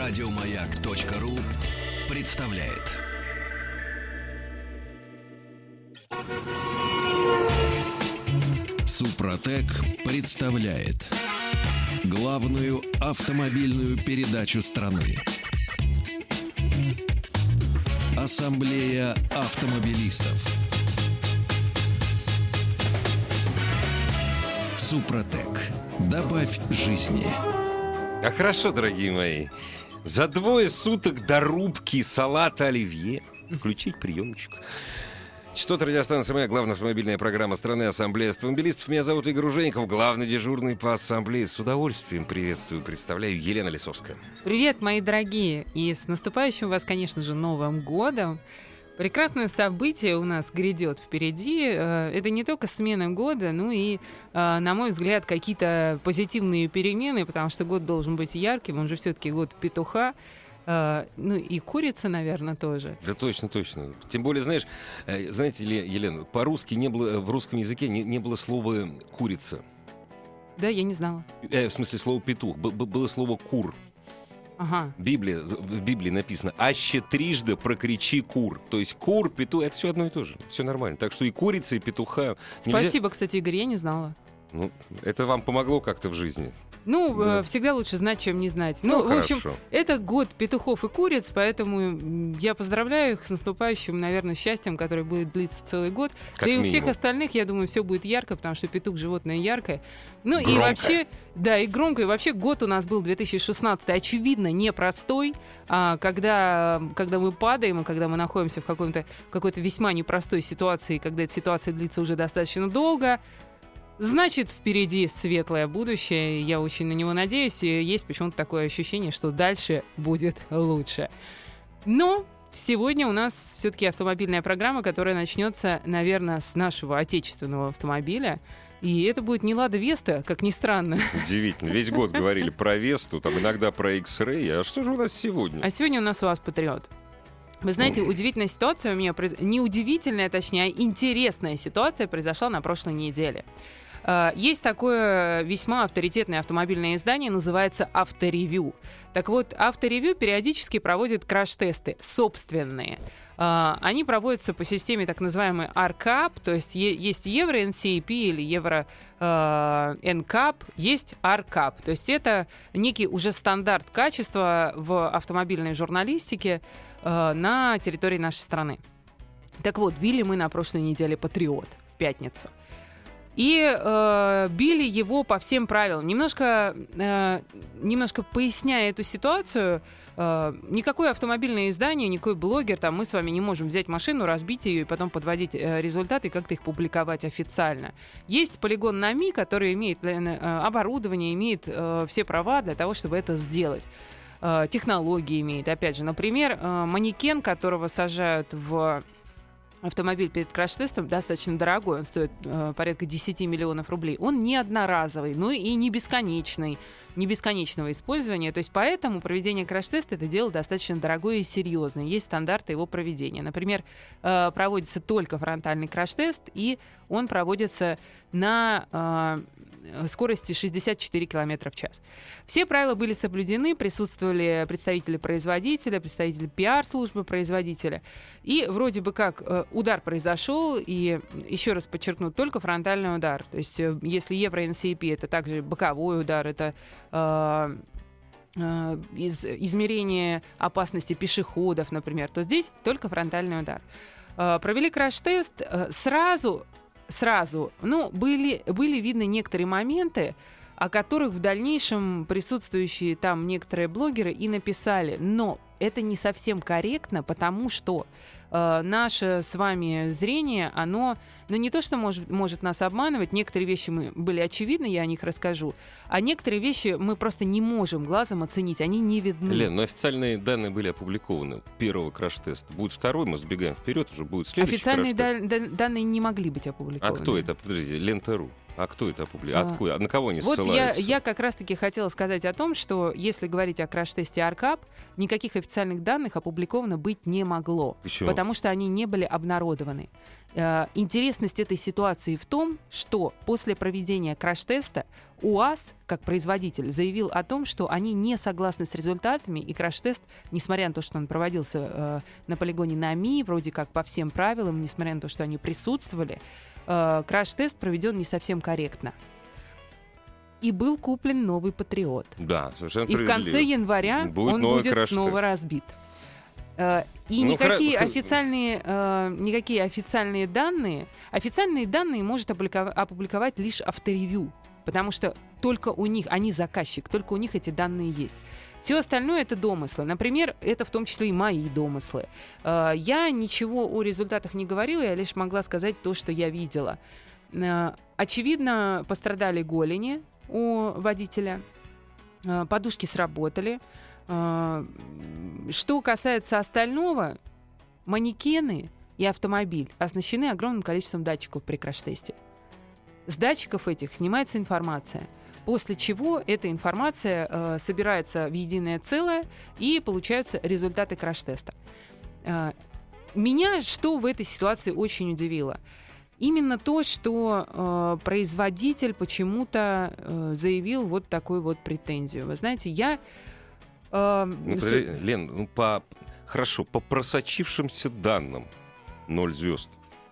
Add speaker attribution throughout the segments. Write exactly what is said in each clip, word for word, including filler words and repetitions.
Speaker 1: Радиомаяк.ру представляет. Супротек представляет главную автомобильную передачу страны. Ассамблея автомобилистов. Супротек. Добавь жизни.
Speaker 2: А хорошо, дорогие мои. За двое суток до рубки салата оливье включить приемчик. Частота радиостанции «Моя», главная автомобильная программа страны, Ассамблея автомобилистов. Меня зовут Игорь Ужеников, главный дежурный по Ассамблее. С удовольствием приветствую, представляю, Елена Лисовская.
Speaker 3: Привет, мои дорогие! И с наступающим вас, конечно же, Новым годом! Прекрасное событие у нас грядет впереди. Это не только смена года, ну и, на мой взгляд, какие-то позитивные перемены, потому что год должен быть ярким, он же все-таки год петуха. Ну и курица, наверное, тоже.
Speaker 2: Да точно, точно. Тем более, знаешь, знаете ли, Елена, по-русски не было, в русском языке не, не было слова «курица».
Speaker 3: Да, я не знала.
Speaker 2: Э, в смысле, слово «петух». Б- было слово «кур».
Speaker 3: Ага.
Speaker 2: Библия, в Библии написано «аще трижды прокричи кур». То есть кур, петух, это все одно и то же. Все нормально. Так что и курица, и петуха. Нельзя...
Speaker 3: Спасибо, кстати, Игорь, я не знала.
Speaker 2: Ну, это вам помогло как-то в жизни?
Speaker 3: Ну,
Speaker 2: Да.
Speaker 3: э, всегда лучше знать, чем не знать.
Speaker 2: Ну,
Speaker 3: Ну, в общем,
Speaker 2: хорошо.
Speaker 3: это год петухов и куриц, поэтому я поздравляю их с наступающим, наверное, счастьем, которое будет длиться целый год.
Speaker 2: Как
Speaker 3: да и у
Speaker 2: минимум.
Speaker 3: всех остальных, я думаю, все будет ярко, потому что петух — животное яркое. Ну и
Speaker 2: Громкое.
Speaker 3: вообще, да, и громко. И вообще год у нас был две тысячи шестнадцатый, очевидно, непростой, а, когда, когда мы падаем, и когда мы находимся в каком-то, какой-то весьма непростой ситуации, когда эта ситуация длится уже достаточно долго. Значит, впереди светлое будущее, я очень на него надеюсь, и есть почему-то такое ощущение, что дальше будет лучше. Но сегодня у нас все-таки автомобильная программа, которая начнется, наверное, с нашего отечественного автомобиля. И это будет не Лада Веста, как ни странно.
Speaker 2: Удивительно. Весь год говорили про Весту, там иногда про X-Ray. А что же у нас сегодня?
Speaker 3: А сегодня у нас УАЗ Патриот. Вы знаете, удивительная ситуация у меня, произ... не удивительная, точнее, а интересная ситуация произошла на прошлой неделе. Есть такое весьма авторитетное автомобильное издание, называется «Авторевью». Так вот, «Авторевью» периодически проводит краш-тесты собственные. Они проводятся по системе так называемой ар кап, то есть есть Евро эн си эй пи или Евро эн кап, есть ар кап. То есть это некий уже стандарт качества в автомобильной журналистике на территории нашей страны. Так вот, били мы на прошлой неделе «Патриот» в пятницу. И э, били его по всем правилам. Немножко, э, немножко поясняя эту ситуацию, э, никакое автомобильное издание, никакой блогер, там, мы с вами не можем взять машину, разбить ее и потом подводить э, результаты и как-то их публиковать официально. Есть полигон НАМИ, который имеет э, оборудование, имеет э, все права для того, чтобы это сделать. Э, технологии имеет. Опять же, например, э, манекен, которого сажают в... автомобиль перед краш-тестом достаточно дорогой, он стоит э, порядка десять миллионов рублей. Он не одноразовый, но и не бесконечный, не бесконечного использования. То есть поэтому проведение краш-теста — это дело достаточно дорогое и серьезное. Есть стандарты его проведения. Например, э, проводится только фронтальный краш-тест, и он проводится на э, скорости шестьдесят четыре километра в час. Все правила были соблюдены, присутствовали представители производителя, представители пиар-службы производителя. И вроде бы как э, удар произошел, и еще раз подчеркну, только фронтальный удар. То есть э, если Евро эн си эй пи — это также боковой удар, это э, э, из, измерение опасности пешеходов, например, то здесь только фронтальный удар. Э, провели краш-тест, э, сразу, сразу, ну, были, были видны некоторые моменты, о которых в дальнейшем присутствующие там некоторые блогеры и написали. Но это не совсем корректно, потому что э, наше с вами зрение, оно, ну, не то, что может, может нас обманывать, некоторые вещи мы были очевидны, я о них расскажу, а некоторые вещи мы просто не можем глазом оценить, они не видны.
Speaker 2: Лен, но официальные данные были опубликованы первого краш-теста. Будет второй, мы сбегаем вперед, уже будет следующий
Speaker 3: Официальные
Speaker 2: краш-тест.
Speaker 3: да- да- данные не могли быть опубликованы.
Speaker 2: А кто это? Подождите, Лента.ру. А кто это опубликовал?
Speaker 3: А,
Speaker 2: Откуда? На кого они
Speaker 3: Вот я,
Speaker 2: ссылаются?
Speaker 3: я как раз-таки хотела сказать о том, что если говорить о краш-тесте ар кап, никаких официальных данных опубликовано быть не могло,
Speaker 2: Почему?
Speaker 3: потому что они не были обнародованы. Э, интересность этой ситуации в том, что после проведения краш-теста УАЗ, как производитель, заявил о том, что они не согласны с результатами, и краш-тест, несмотря на то, что он проводился э, на полигоне НАМИ, вроде как по всем правилам, несмотря на то, что они присутствовали, э, краш-тест проведен не совсем корректно. И был куплен новый «Патриот».
Speaker 2: Да, совершенно
Speaker 3: И в конце января
Speaker 2: будет
Speaker 3: он будет
Speaker 2: краш-тест.
Speaker 3: снова разбит. Э, И
Speaker 2: Ну,
Speaker 3: никакие,
Speaker 2: хра-
Speaker 3: официальные, э, никакие официальные данные, официальные данные может опубликова- опубликовать лишь авторевью, потому что только у них, они заказчик, только у них эти данные есть. Все остальное — это домыслы. Например, это в том числе и мои домыслы. Э, Я ничего о результатах не говорила, я лишь могла сказать то, что я видела. Э, Очевидно, пострадали голени у водителя, э, подушки сработали. Э, Что касается остального, манекены и автомобиль оснащены огромным количеством датчиков при краш-тесте. С датчиков этих снимается информация, после чего эта информация э, собирается в единое целое и получаются результаты краш-теста. Э, меня что в этой ситуации очень удивило? Именно то, что э, производитель почему-то э, заявил вот такую вот претензию. Вы знаете, я... э,
Speaker 2: Ну,
Speaker 3: с-
Speaker 2: подожди, Лен, ну по хорошо, по просочившимся данным ноль звезд.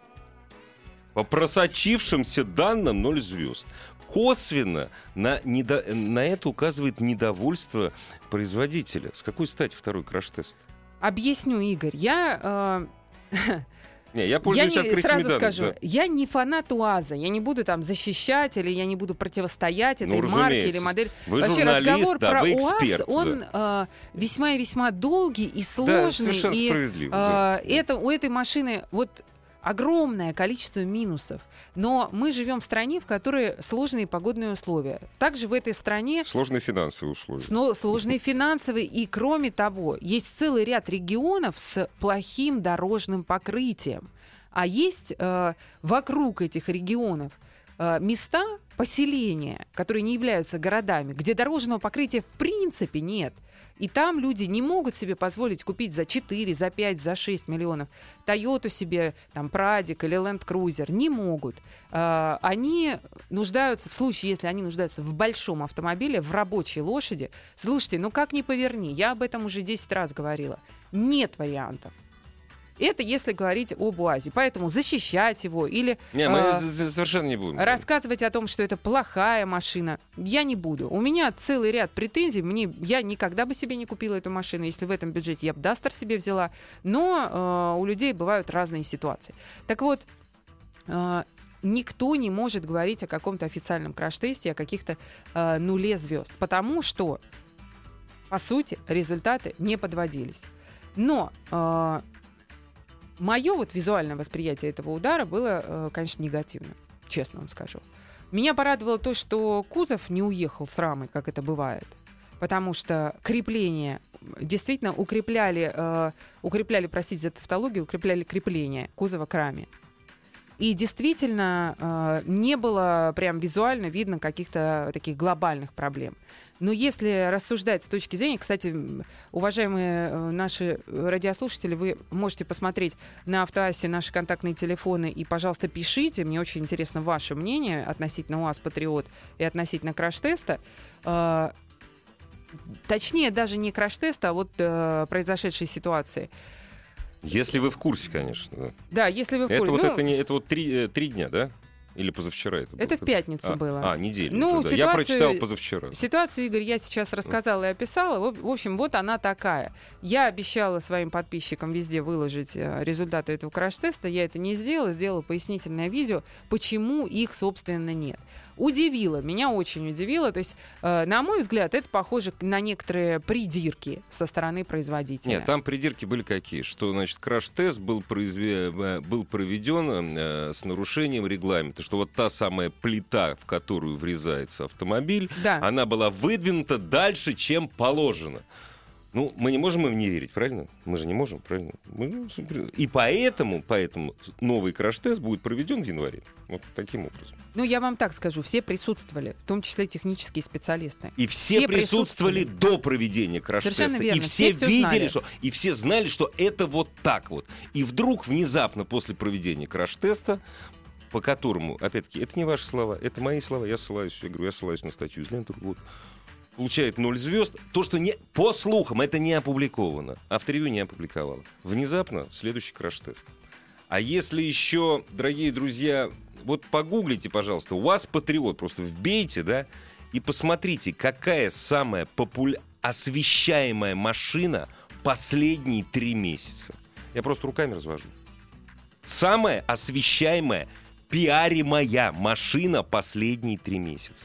Speaker 2: По просочившимся данным ноль звезд. Косвенно на, недо... на это указывает недовольство производителя. С какой стати второй краш-тест?
Speaker 3: Объясню, Игорь. Я... э,
Speaker 2: Не, я
Speaker 3: Я
Speaker 2: пользуюсь
Speaker 3: не,
Speaker 2: открытыми
Speaker 3: сразу
Speaker 2: данными.
Speaker 3: скажу,
Speaker 2: Да.
Speaker 3: я не фанат УАЗа, я не буду там защищать или я не буду противостоять
Speaker 2: Ну,
Speaker 3: этой марке
Speaker 2: разумеется.
Speaker 3: или модели.
Speaker 2: Вы
Speaker 3: Вообще
Speaker 2: журналист,
Speaker 3: разговор
Speaker 2: да,
Speaker 3: про
Speaker 2: вы
Speaker 3: УАЗ,
Speaker 2: эксперт.
Speaker 3: он э, весьма и весьма долгий и
Speaker 2: Да,
Speaker 3: сложный.
Speaker 2: совершенно
Speaker 3: и
Speaker 2: справедливо. да.
Speaker 3: э, это, у этой машины вот огромное количество минусов. Но мы живем в стране, в которой сложные погодные условия. Также в этой стране
Speaker 2: Сложные финансовые условия.
Speaker 3: сно- сложные финансовые, и кроме того, есть целый ряд регионов с плохим дорожным покрытием. А есть э, вокруг этих регионов э, места, поселения, которые не являются городами, где дорожного покрытия в принципе нет. И там люди не могут себе позволить купить за четыре, за пять, за шесть миллионов Тойоту себе, там, Прадик или Ленд Крузер. Не могут. Э, они нуждаются, в случае, если они нуждаются в большом автомобиле, в рабочей лошади. Слушайте, ну как ни поверни, я об этом уже десять раз говорила. Нет вариантов. Это если говорить об УАЗе. Поэтому защищать его или
Speaker 2: Не, мы
Speaker 3: э,
Speaker 2: з- з- совершенно не будем.
Speaker 3: рассказывать о том, что это плохая машина, я не буду. У меня целый ряд претензий. Мне, я никогда бы себе не купила эту машину. Если в этом бюджете я бы Дастер себе взяла. Но э, у людей бывают разные ситуации. Так вот, э, никто не может говорить о каком-то официальном краш-тесте, о каких-то э, нуле звезд. Потому что, по сути, результаты не подводились. Но... Э, Мое вот визуальное восприятие этого удара было, э, конечно, негативным, честно вам скажу. Меня порадовало то, что кузов не уехал с рамой, как это бывает, потому что крепление действительно укрепляли, э, укрепляли, простите за тавтологию, укрепляли крепление кузова к раме. И действительно э, не было прям визуально видно каких-то таких глобальных проблем. Но если рассуждать с точки зрения, кстати, уважаемые э, наши радиослушатели, вы можете посмотреть на Автоассе наши контактные телефоны и, пожалуйста, пишите. Мне очень интересно ваше мнение относительно УАЗ Патриот и относительно краш-теста. Э, точнее, даже не краш-теста, а вот э, произошедшей ситуации.
Speaker 2: Если вы в курсе, конечно. Да.
Speaker 3: Да, если вы в
Speaker 2: Это
Speaker 3: курсе.
Speaker 2: вот
Speaker 3: Ну,
Speaker 2: это не это вот три, э, три дня, да? Или позавчера это было?
Speaker 3: Это в пятницу
Speaker 2: а,
Speaker 3: было.
Speaker 2: А, неделю.
Speaker 3: Ну,
Speaker 2: уже, да. Я
Speaker 3: ситуацию-
Speaker 2: прочитал позавчера.
Speaker 3: Ситуацию, Игорь, я сейчас рассказала и описала. В в общем, вот она такая. Я обещала своим подписчикам везде выложить э, результаты этого краш-теста. Я это не сделала. Сделала пояснительное видео, почему их, собственно, нет. Удивило. Меня очень удивило. То есть, э, на мой взгляд, это похоже на некоторые придирки со стороны производителя.
Speaker 2: Нет, там придирки были какие? Что, значит, краш-тест был, произве... э, был проведен э, с нарушением регламента, что вот та самая плита, в которую врезается автомобиль,
Speaker 3: Да.
Speaker 2: она была выдвинута дальше, чем положено. Ну, мы не можем им не верить, правильно? Мы же не можем, правильно? Мы... И поэтому, поэтому новый краш-тест будет проведен в январе. Вот таким образом.
Speaker 3: Ну, я вам так скажу, все присутствовали, в том числе технические специалисты.
Speaker 2: И все, все присутствовали, присутствовали до проведения краш-теста.
Speaker 3: Совершенно верно.
Speaker 2: И все,
Speaker 3: все
Speaker 2: видели, что... И все знали, что это вот так вот. И вдруг, внезапно, после проведения краш-теста, по которому, опять-таки, это не ваши слова, это мои слова, я ссылаюсь, я говорю, я ссылаюсь на статью из Ленты, вот, получает ноль звезд. То, что не, по слухам, это не опубликовано. Авторевью не опубликовало. Внезапно следующий краш-тест. А если еще, дорогие друзья, вот погуглите, пожалуйста, у вас Патриот, просто вбейте, да, и посмотрите, какая самая популя... освещаемая машина последние три месяца. Я просто руками развожу. Самая освещаемая, пиаримая машина последние три месяца.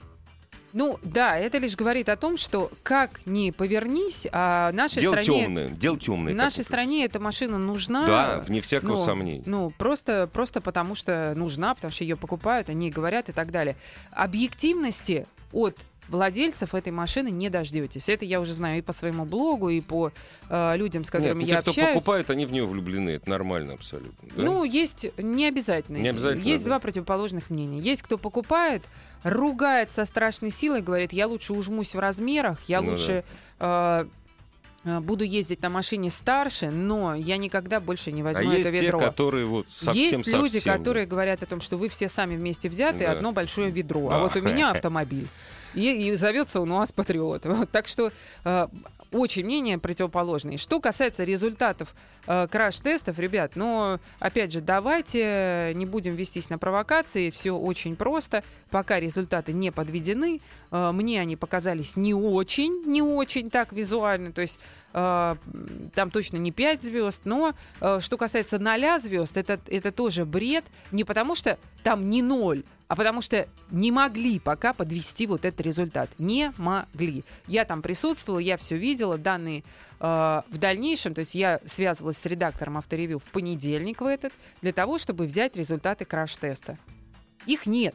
Speaker 3: Ну, да, это лишь говорит о том, что как ни повернись, а нашей
Speaker 2: дело
Speaker 3: стране...
Speaker 2: темное, дело темное.
Speaker 3: В нашей стране эта машина нужна.
Speaker 2: Да, вне всякого
Speaker 3: ну,
Speaker 2: сомнения.
Speaker 3: Ну, просто, просто потому что нужна, потому что ее покупают, они говорят и так далее. Объективности от владельцев этой машины не дождетесь. Это я уже знаю и по своему блогу, и по э, людям, с которыми
Speaker 2: Нет,
Speaker 3: я
Speaker 2: те,
Speaker 3: общаюсь.
Speaker 2: Кто покупают, они в нее влюблены. Это нормально абсолютно. Да?
Speaker 3: Ну, есть не обязательно.
Speaker 2: Не обязательно,
Speaker 3: есть
Speaker 2: да.
Speaker 3: два противоположных мнения. Есть кто покупает, ругает со страшной силой, говорит, я лучше ужмусь в размерах, я
Speaker 2: ну,
Speaker 3: лучше...
Speaker 2: Да.
Speaker 3: Э, буду ездить на машине старше, но я никогда больше не возьму
Speaker 2: а
Speaker 3: это
Speaker 2: есть
Speaker 3: ведро.
Speaker 2: Те, которые вот совсем,
Speaker 3: есть люди,
Speaker 2: совсем,
Speaker 3: которые
Speaker 2: да.
Speaker 3: говорят о том, что вы все сами вместе взяты,
Speaker 2: да.
Speaker 3: одно большое ведро.
Speaker 2: Да.
Speaker 3: А вот у меня автомобиль. И, и зовется он у вас Патриот. Вот, так что э, очень мнения противоположные. Что касается результатов э, краш-тестов, ребят, ну, опять же, давайте не будем вестись на провокации. Все очень просто. Пока результаты не подведены, э, мне они показались не очень, не очень так визуально. То есть э, там точно не пять звезд. Но э, что касается ноля звезд, это, это тоже бред. Не потому что там не ноль, а потому что не могли пока подвести вот этот результат. Не могли. Я там присутствовала, я все видела. Данные э, в дальнейшем, то есть я связывалась с редактором Авторевью в понедельник в этот, для того, чтобы взять результаты краш-теста. Их нет.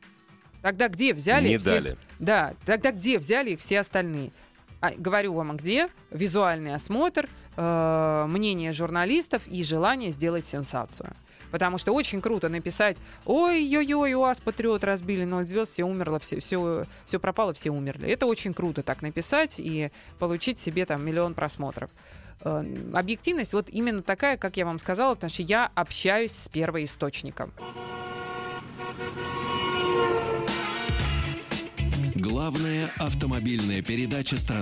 Speaker 3: Тогда где взяли?
Speaker 2: Не
Speaker 3: все...
Speaker 2: дали.
Speaker 3: Да, тогда где взяли их все остальные? А, говорю вам, а где? Визуальный осмотр, э, мнение журналистов и желание сделать сенсацию. Потому что очень круто написать: ой-ой-ой, у вас Патриот разбили, ноль звезд, все умерло, все, все, все пропало, все умерли. Это очень круто так написать и получить себе там миллион просмотров. Э, объективность вот именно такая, как я вам сказала, потому что я общаюсь с первоисточником.
Speaker 1: Главная автомобильная передача страны.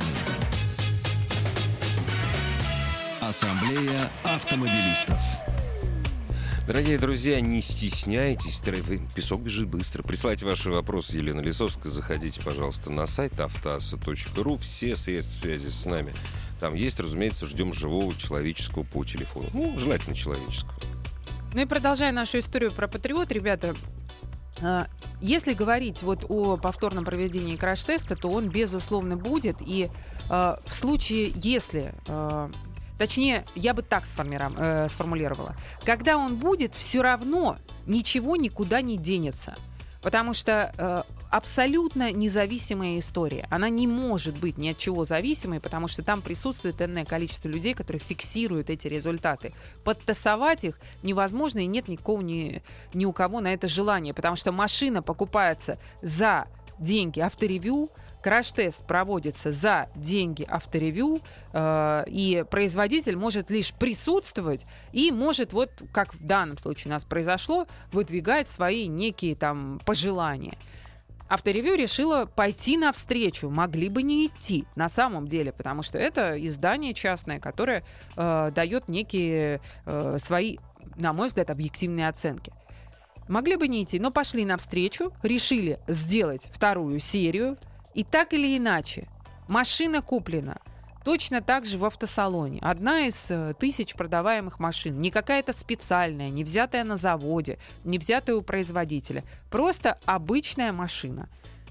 Speaker 1: Ассамблея автомобилистов.
Speaker 2: Дорогие друзья, не стесняйтесь, песок бежит быстро. Присылайте ваши вопросы, Елена Лисовская. Заходите, пожалуйста, на сайт автоаса точка ру. Все средства связи с нами там есть. Разумеется, ждем живого человеческого по телефону. Ну, желательно человеческого.
Speaker 3: Ну и продолжая нашу историю про Патриот, ребята, если говорить вот о повторном проведении краш-теста, то он, безусловно, будет. И в случае, если... Точнее, я бы так э, сформулировала. Когда он будет, все равно ничего никуда не денется. Потому что э, абсолютно независимая история. Она не может быть ни от чего зависимой, потому что там присутствует энное количество людей, которые фиксируют эти результаты. Подтасовать их невозможно, и нет никакого ни, ни у кого на это желания. Потому что машина покупается за деньги Авторевью, краш-тест проводится за деньги Авторевью, э, и производитель может лишь присутствовать и может, вот как в данном случае у нас произошло, выдвигать свои некие там пожелания. Авторевью решила пойти навстречу, могли бы не идти на самом деле, потому что это издание частное, которое э, дает некие э, свои, на мой взгляд, объективные оценки. Могли бы не идти, но пошли навстречу, решили сделать вторую серию. И так или иначе, машина куплена точно так же в автосалоне. Одна из э, тысяч продаваемых машин. Не какая-то специальная, не взятая на заводе, не взятая у производителя. Просто обычная машина.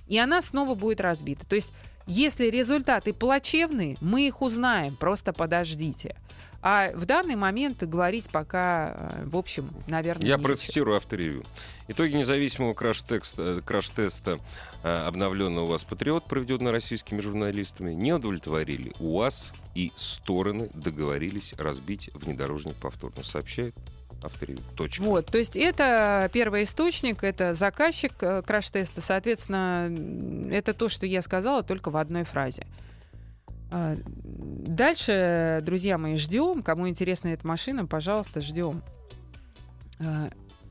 Speaker 3: и она снова будет разбита. То есть, если результаты плачевные, мы их узнаем, просто подождите. А в данный момент говорить пока, в общем, наверное,
Speaker 2: Я
Speaker 3: нечего.
Speaker 2: процитирую авторевью. Итоги независимого краш-теста, краш-теста обновленного УАЗ «Патриот», проведенного российскими журналистами, не удовлетворили УАЗ, и стороны договорились разбить внедорожник повторно, сообщает авторевью. Точка.
Speaker 3: Вот, то есть это первый источник, это заказчик э, краш-теста, соответственно, это то, что я сказала, только в одной фразе. А, дальше, друзья мои, ждем. Кому интересна эта машина, пожалуйста, ждем. А,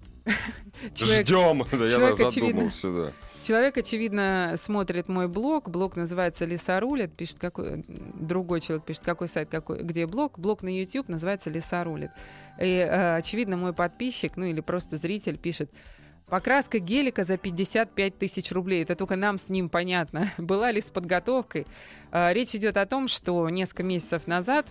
Speaker 3: человек-
Speaker 2: Ждем! Да, я
Speaker 3: человек, очевидно,
Speaker 2: задумался, да.
Speaker 3: Человек, очевидно, смотрит мой блог. Блог называется «Леса рулят». Пишет какой... Другой человек пишет, какой сайт, какой... где блог. Блог на YouTube называется «Леса рулят». И, э, очевидно, мой подписчик, ну или просто зритель пишет: покраска гелика за пятьдесят пять тысяч рублей. Это только нам с ним понятно. Была ли с подготовкой? Э, речь идет о том, что несколько месяцев назад,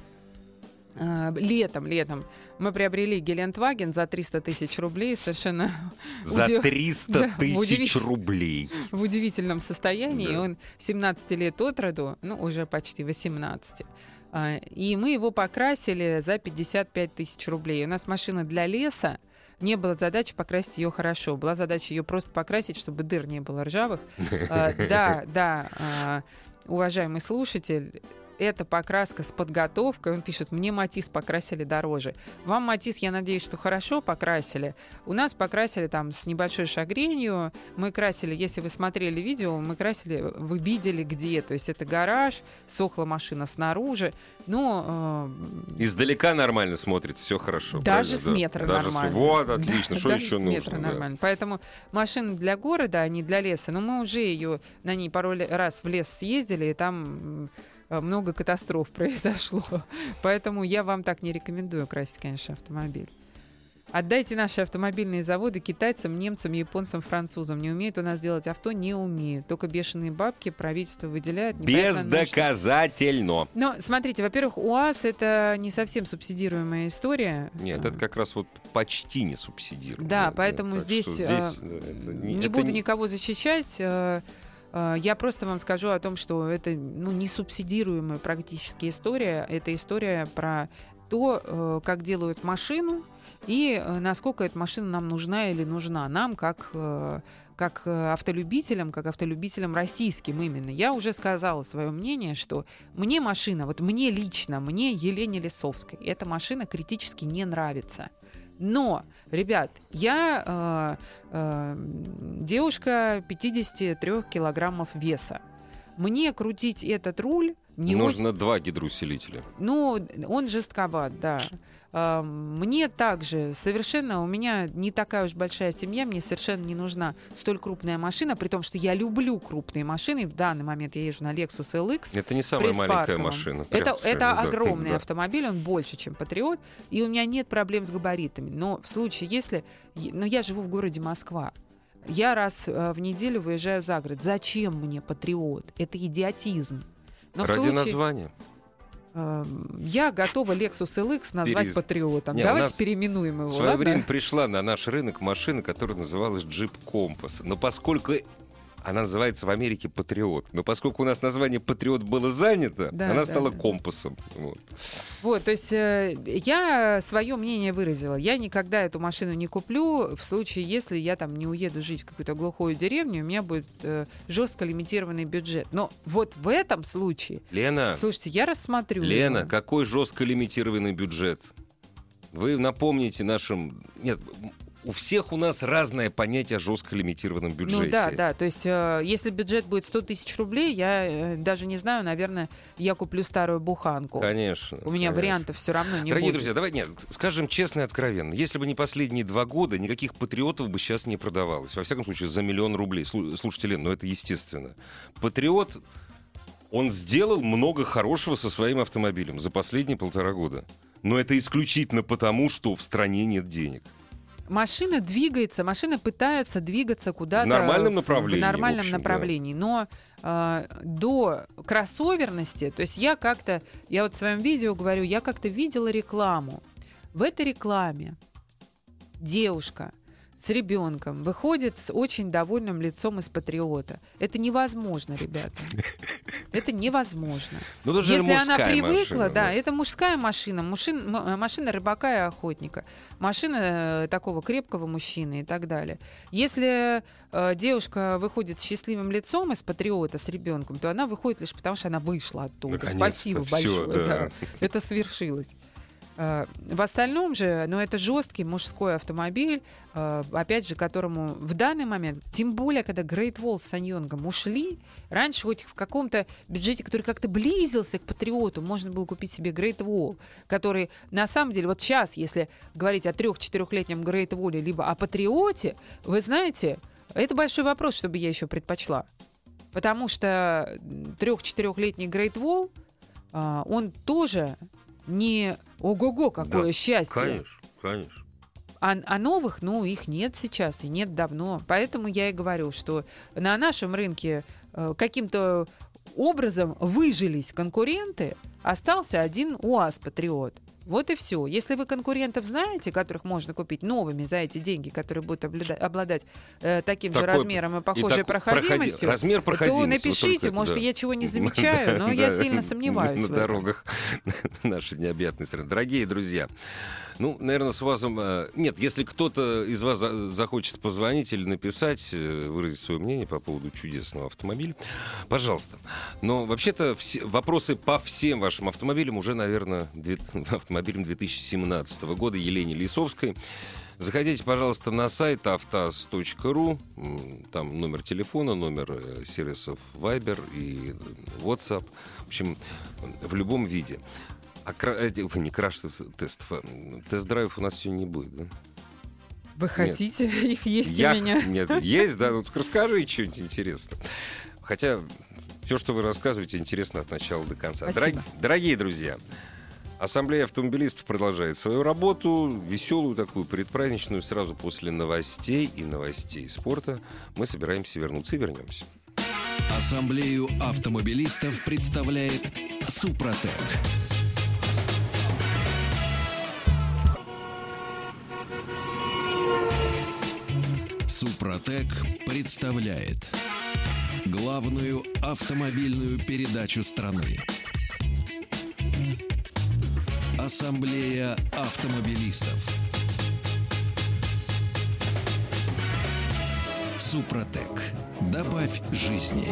Speaker 3: э, летом, летом, мы приобрели Гелендваген за триста тысяч рублей. Совершенно
Speaker 2: За
Speaker 3: удив-
Speaker 2: триста
Speaker 3: Да, в
Speaker 2: тысяч
Speaker 3: удивитель-
Speaker 2: рублей.
Speaker 3: в удивительном состоянии.
Speaker 2: Да.
Speaker 3: Он семнадцать лет от роду, ну, уже почти восемнадцать. А, И мы его покрасили за пятьдесят пять тысяч рублей. У нас машина для леса. Не было задачи покрасить ее хорошо. Была задача ее просто покрасить, чтобы дыр не было ржавых. А, Да, да, а, уважаемый слушатель, это покраска с подготовкой. Он пишет: мне Матис покрасили дороже. Вам Матис, я надеюсь, что хорошо покрасили. У нас покрасили там с небольшой шагренью. Мы красили, если вы смотрели видео, мы красили, вы видели где. То есть это гараж, сохла машина снаружи. Но э,
Speaker 2: Издалека нормально смотрит, все хорошо.
Speaker 3: даже
Speaker 2: правильно,
Speaker 3: с
Speaker 2: да.
Speaker 3: метра
Speaker 2: Даже с-
Speaker 3: нормально.
Speaker 2: Вот, отлично,
Speaker 3: Да,
Speaker 2: что
Speaker 3: даже
Speaker 2: еще
Speaker 3: с
Speaker 2: нужно?
Speaker 3: метра
Speaker 2: да.
Speaker 3: нормально. Поэтому машина для города, а не для леса. Но мы уже ее на ней пару ле- раз в лес съездили, и там м, много катастроф произошло. Поэтому я вам так не рекомендую красить, конечно, автомобиль. Отдайте наши автомобильные заводы китайцам, немцам, японцам, французам. Не умеют у нас делать авто, не умеют. Только бешеные бабки правительство выделяет. непонятно на что.
Speaker 2: Бездоказательно.
Speaker 3: Но, смотрите, во-первых, УАЗ — это не совсем субсидируемая история.
Speaker 2: Нет, это как раз вот почти не субсидируемо.
Speaker 3: Да, поэтому
Speaker 2: так
Speaker 3: здесь,
Speaker 2: что
Speaker 3: а,
Speaker 2: здесь, да, это
Speaker 3: Не
Speaker 2: это
Speaker 3: буду никого защищать. э, э, Я просто вам скажу о том, что это, ну, не субсидируемая практически история. Это история про то, э, как делают машину и э, насколько эта машина нам нужна или нужна. Нам, как, э, как э, автолюбителям, как автолюбителям российским именно. Я уже сказала свое мнение, что мне машина, вот мне лично, мне Елене Лисовской, эта машина критически не нравится. Но, ребят, я э, э, девушка пятьдесят три килограммов веса. Мне крутить этот руль не
Speaker 2: Нужно два гидроусилителя.
Speaker 3: очень... Ну, он жестковат, да. Э, Мне также совершенно... У меня не такая уж большая семья, мне совершенно не нужна столь крупная машина, при том, что я люблю крупные машины. В данный момент я езжу на Lexus эл икс.
Speaker 2: Это не самая маленькая
Speaker 3: пресс-парковом.
Speaker 2: машина. прям
Speaker 3: Это,
Speaker 2: скажем,
Speaker 3: это
Speaker 2: да.
Speaker 3: огромный
Speaker 2: Да.
Speaker 3: автомобиль, он больше, чем Патриот, и у меня нет проблем с габаритами. Но в случае, если... Но я живу в городе Москва. Я раз э, в неделю выезжаю за город. Зачем мне Патриот? Это идиотизм. Но в
Speaker 2: Ради
Speaker 3: случае,
Speaker 2: названия.
Speaker 3: э, я готова Lexus эл икс назвать
Speaker 2: Перез-
Speaker 3: Патриотом.
Speaker 2: Не, у
Speaker 3: Давайте
Speaker 2: нас
Speaker 3: переименуем его.
Speaker 2: В свое
Speaker 3: ладно?
Speaker 2: время пришла на наш рынок машина, которая называлась Jeep Compass. Но поскольку она называется в Америке Патриот, но поскольку у нас название Патриот было занято,
Speaker 3: Да,
Speaker 2: она
Speaker 3: да,
Speaker 2: стала
Speaker 3: да.
Speaker 2: Компасом. Вот.
Speaker 3: Вот, то есть э, я свое мнение выразила. Я никогда эту машину не куплю в случае, если я там не уеду жить в какую-то глухую деревню, у меня будет э, жестко лимитированный бюджет. Но вот в этом случае,
Speaker 2: Лена,
Speaker 3: слушайте, я рассмотрю.
Speaker 2: Лена,
Speaker 3: его.
Speaker 2: какой жестко лимитированный бюджет? Вы напомните нашим... Нет, у всех у нас разное понятие о жестко лимитированном бюджете.
Speaker 3: Ну да, да. То есть, э, если бюджет будет сто тысяч рублей, я э, даже не знаю, наверное, я куплю старую буханку.
Speaker 2: Конечно.
Speaker 3: У меня
Speaker 2: конечно.
Speaker 3: вариантов все равно не
Speaker 2: Дорогие
Speaker 3: будет.
Speaker 2: друзья, давай, нет, скажем честно и откровенно. Если бы не последние два года, никаких патриотов бы сейчас не продавалось. Во всяком случае, за миллион рублей. Слу- Слушайте, Лен, ну это естественно. Патриот, он сделал много хорошего со своим автомобилем за последние полтора года. Но это исключительно потому, что в стране нет денег.
Speaker 3: Машина двигается, машина пытается двигаться куда-то
Speaker 2: В нормальном направлении,
Speaker 3: в нормальном
Speaker 2: в общем,
Speaker 3: направлении. Но э, до кроссоверности, то есть я как-то, я вот в своем видео говорю, я как-то видела рекламу. В этой рекламе девушка с ребенком выходит с очень довольным лицом из «Патриота». Это невозможно, ребята. Это невозможно.
Speaker 2: Ну, даже
Speaker 3: Если она привыкла,
Speaker 2: машина,
Speaker 3: да,
Speaker 2: да,
Speaker 3: это мужская машина, мужчин, м- машина рыбака и охотника, машина э, такого крепкого мужчины и так далее. Если э, девушка выходит с счастливым лицом из «Патриота» с ребенком, то она выходит лишь потому, что она вышла оттуда.
Speaker 2: Наконец-то
Speaker 3: Спасибо
Speaker 2: всё,
Speaker 3: большое.
Speaker 2: да.
Speaker 3: Да. Это свершилось. Э, В остальном же, ну, это жесткий мужской автомобиль, э, опять же, которому в данный момент, тем более, когда Great Wall с Саньонгом ушли, раньше хоть в каком-то бюджете, который как-то близился к Патриоту, можно было купить себе Great Wall, который, на самом деле, вот сейчас, если говорить о трех-четырехлетнем Great Wall, либо о Патриоте, вы знаете, это большой вопрос, чтобы я еще предпочла. Потому что трех-четырехлетний Great Wall, э, он тоже... не ого-го, какое
Speaker 2: Да,
Speaker 3: счастье.
Speaker 2: Конечно, конечно.
Speaker 3: А, а новых, ну, их нет сейчас и нет давно. Поэтому я и говорю, что на нашем рынке э, каким-то образом выжились конкуренты, остался один УАЗ «Патриот». Вот и все. Если вы конкурентов знаете, которых можно купить новыми за эти деньги, которые будут облюда- обладать э, таким
Speaker 2: Такой-
Speaker 3: же размером и похожей
Speaker 2: и так-
Speaker 3: проходимостью,
Speaker 2: проходи- размер
Speaker 3: то
Speaker 2: проходимости,
Speaker 3: напишите.
Speaker 2: вот только
Speaker 3: Может,
Speaker 2: это, да.
Speaker 3: я чего не замечаю, но я
Speaker 2: Да,
Speaker 3: сильно сомневаюсь
Speaker 2: на
Speaker 3: в этом.
Speaker 2: дорогах нашей необъятной страны. Дорогие друзья, ну, наверное, с вас... э, Нет, если кто-то из вас за- захочет позвонить или написать, э, выразить свое мнение по поводу чудесного автомобиля, пожалуйста. Но вообще-то все- вопросы по всем вашим автомобилям уже, наверное, две- автомобилям две тысячи семнадцатого года Елене Лисовской. Заходите, пожалуйста, на сайт автаз точка ру. М, Там номер телефона, номер э, сервисов Viber и WhatsApp. В общем, в любом виде. А кра- э, не краш-тестов, а тест-драйвов у нас сегодня не будет, да?
Speaker 3: Вы хотите? Их есть
Speaker 2: Я-
Speaker 3: у меня.
Speaker 2: Нет, есть, да? Ну, так расскажи что-нибудь интересное. Хотя все, что вы рассказываете, интересно от начала до конца.
Speaker 3: Спасибо.
Speaker 2: Дорог- Дорогие друзья, Ассамблея автомобилистов продолжает свою работу, веселую такую, предпраздничную. Сразу после новостей и новостей спорта мы собираемся вернуться и вернемся.
Speaker 1: Ассамблею автомобилистов представляет Супротек. Супротек представляет главную автомобильную передачу страны. Ассамблея автомобилистов. Супротек. Добавь жизни.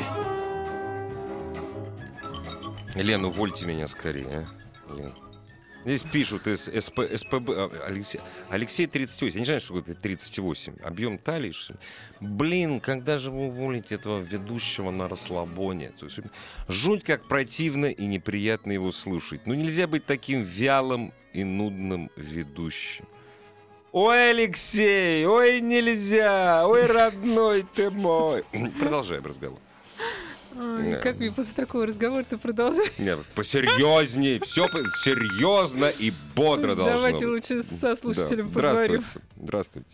Speaker 2: Лен, увольте меня скорее, а? Лен. Здесь пишут из СП, СПБ, а, Алексей, Алексей тридцать восемь. Я не знаю, что такое тридцать восемь. Объем талии, что ли? Блин, когда же вы уволите этого ведущего на расслабоне? То есть, жуть как противно и неприятно его слушать. Ну нельзя быть таким вялым и нудным ведущим. Ой, Алексей, ой, нельзя, ой, родной ты мой. Продолжаем разговор.
Speaker 3: Ой,
Speaker 2: Да.
Speaker 3: как мне после такого разговора-то продолжать?
Speaker 2: Нет, посерьезнее, все серьезно и бодро должно
Speaker 3: Давайте
Speaker 2: быть.
Speaker 3: лучше со слушателем
Speaker 2: Да.
Speaker 3: поговорим.
Speaker 2: Здравствуйте. Здравствуйте.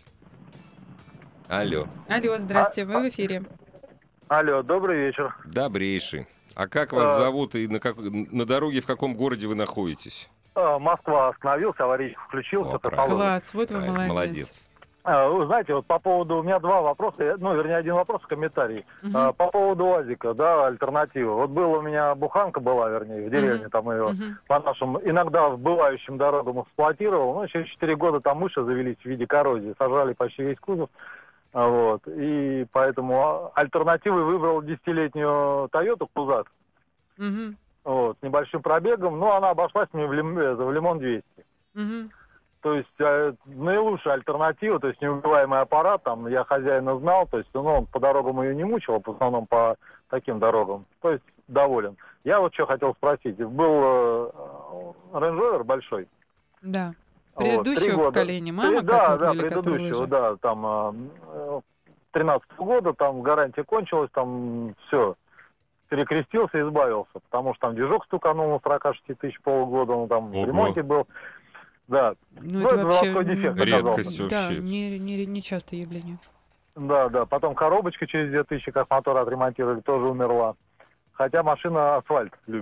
Speaker 2: Алло.
Speaker 3: Алло, здрасте, вы в эфире.
Speaker 4: Алло, добрый вечер.
Speaker 2: Добрейший. А как вас
Speaker 4: А.
Speaker 2: зовут и на, как... на дороге в каком городе вы находитесь?
Speaker 4: А, Москва остановился, аварийка включился.
Speaker 2: О,
Speaker 4: по
Speaker 2: правильно.
Speaker 4: полу.
Speaker 3: Класс, вот вы
Speaker 2: Правильно,
Speaker 3: молодец.
Speaker 2: молодец.
Speaker 4: А, Вы знаете, вот по поводу, у меня два вопроса, я- ну, вернее, один вопрос, комментарий.
Speaker 3: Мгм.
Speaker 4: А, По поводу УАЗика, да, альтернатива. Вот была у меня буханка была, вернее, в деревне,
Speaker 3: Мгм.
Speaker 4: там ее
Speaker 3: Мгм.
Speaker 4: по нашим, иногда в бывающим дорогам эксплуатировал. Ну, через четыре года там мыши завелись в виде коррозии, сожрали почти весь кузов. А, Вот. И поэтому а, альтернативой выбрал десятилетнюю Toyota Кузак.
Speaker 3: Мгм.
Speaker 4: Вот, с небольшим пробегом, но она обошлась мне в, лим, это, в Лимон двести.
Speaker 3: Мгм.
Speaker 4: То есть э, наилучшая альтернатива, то есть неубиваемый аппарат, там я хозяина знал, то есть ну, он по дорогам ее не мучил, в основном по таким дорогам, то есть доволен. Я вот что хотел спросить, был э, Range Rover большой.
Speaker 3: Да.
Speaker 4: Вот, три
Speaker 3: Предыдущего
Speaker 4: года.
Speaker 3: поколения, мама,
Speaker 4: Три- да,
Speaker 3: как вы
Speaker 4: да,
Speaker 3: говорили, который
Speaker 4: предыдущего,
Speaker 3: лыжи.
Speaker 4: да, там э, тринадцатого года, там гарантия кончилась, там все, перекрестился, избавился, потому что там движок стуканул на сорок шесть тысяч полгода, он там
Speaker 2: Ого.
Speaker 4: в ремонте был. Да,
Speaker 3: Ну,
Speaker 4: Ну,
Speaker 3: это
Speaker 4: это
Speaker 3: вообще
Speaker 4: заводской дефект
Speaker 3: м,
Speaker 2: оказался.
Speaker 3: Да,
Speaker 2: вообще.
Speaker 3: не, не, не частое явление.
Speaker 4: да, да. Потом коробочка через две тысячи, как мотор отремонтировали, тоже умерла. Хотя машина асфальт любит.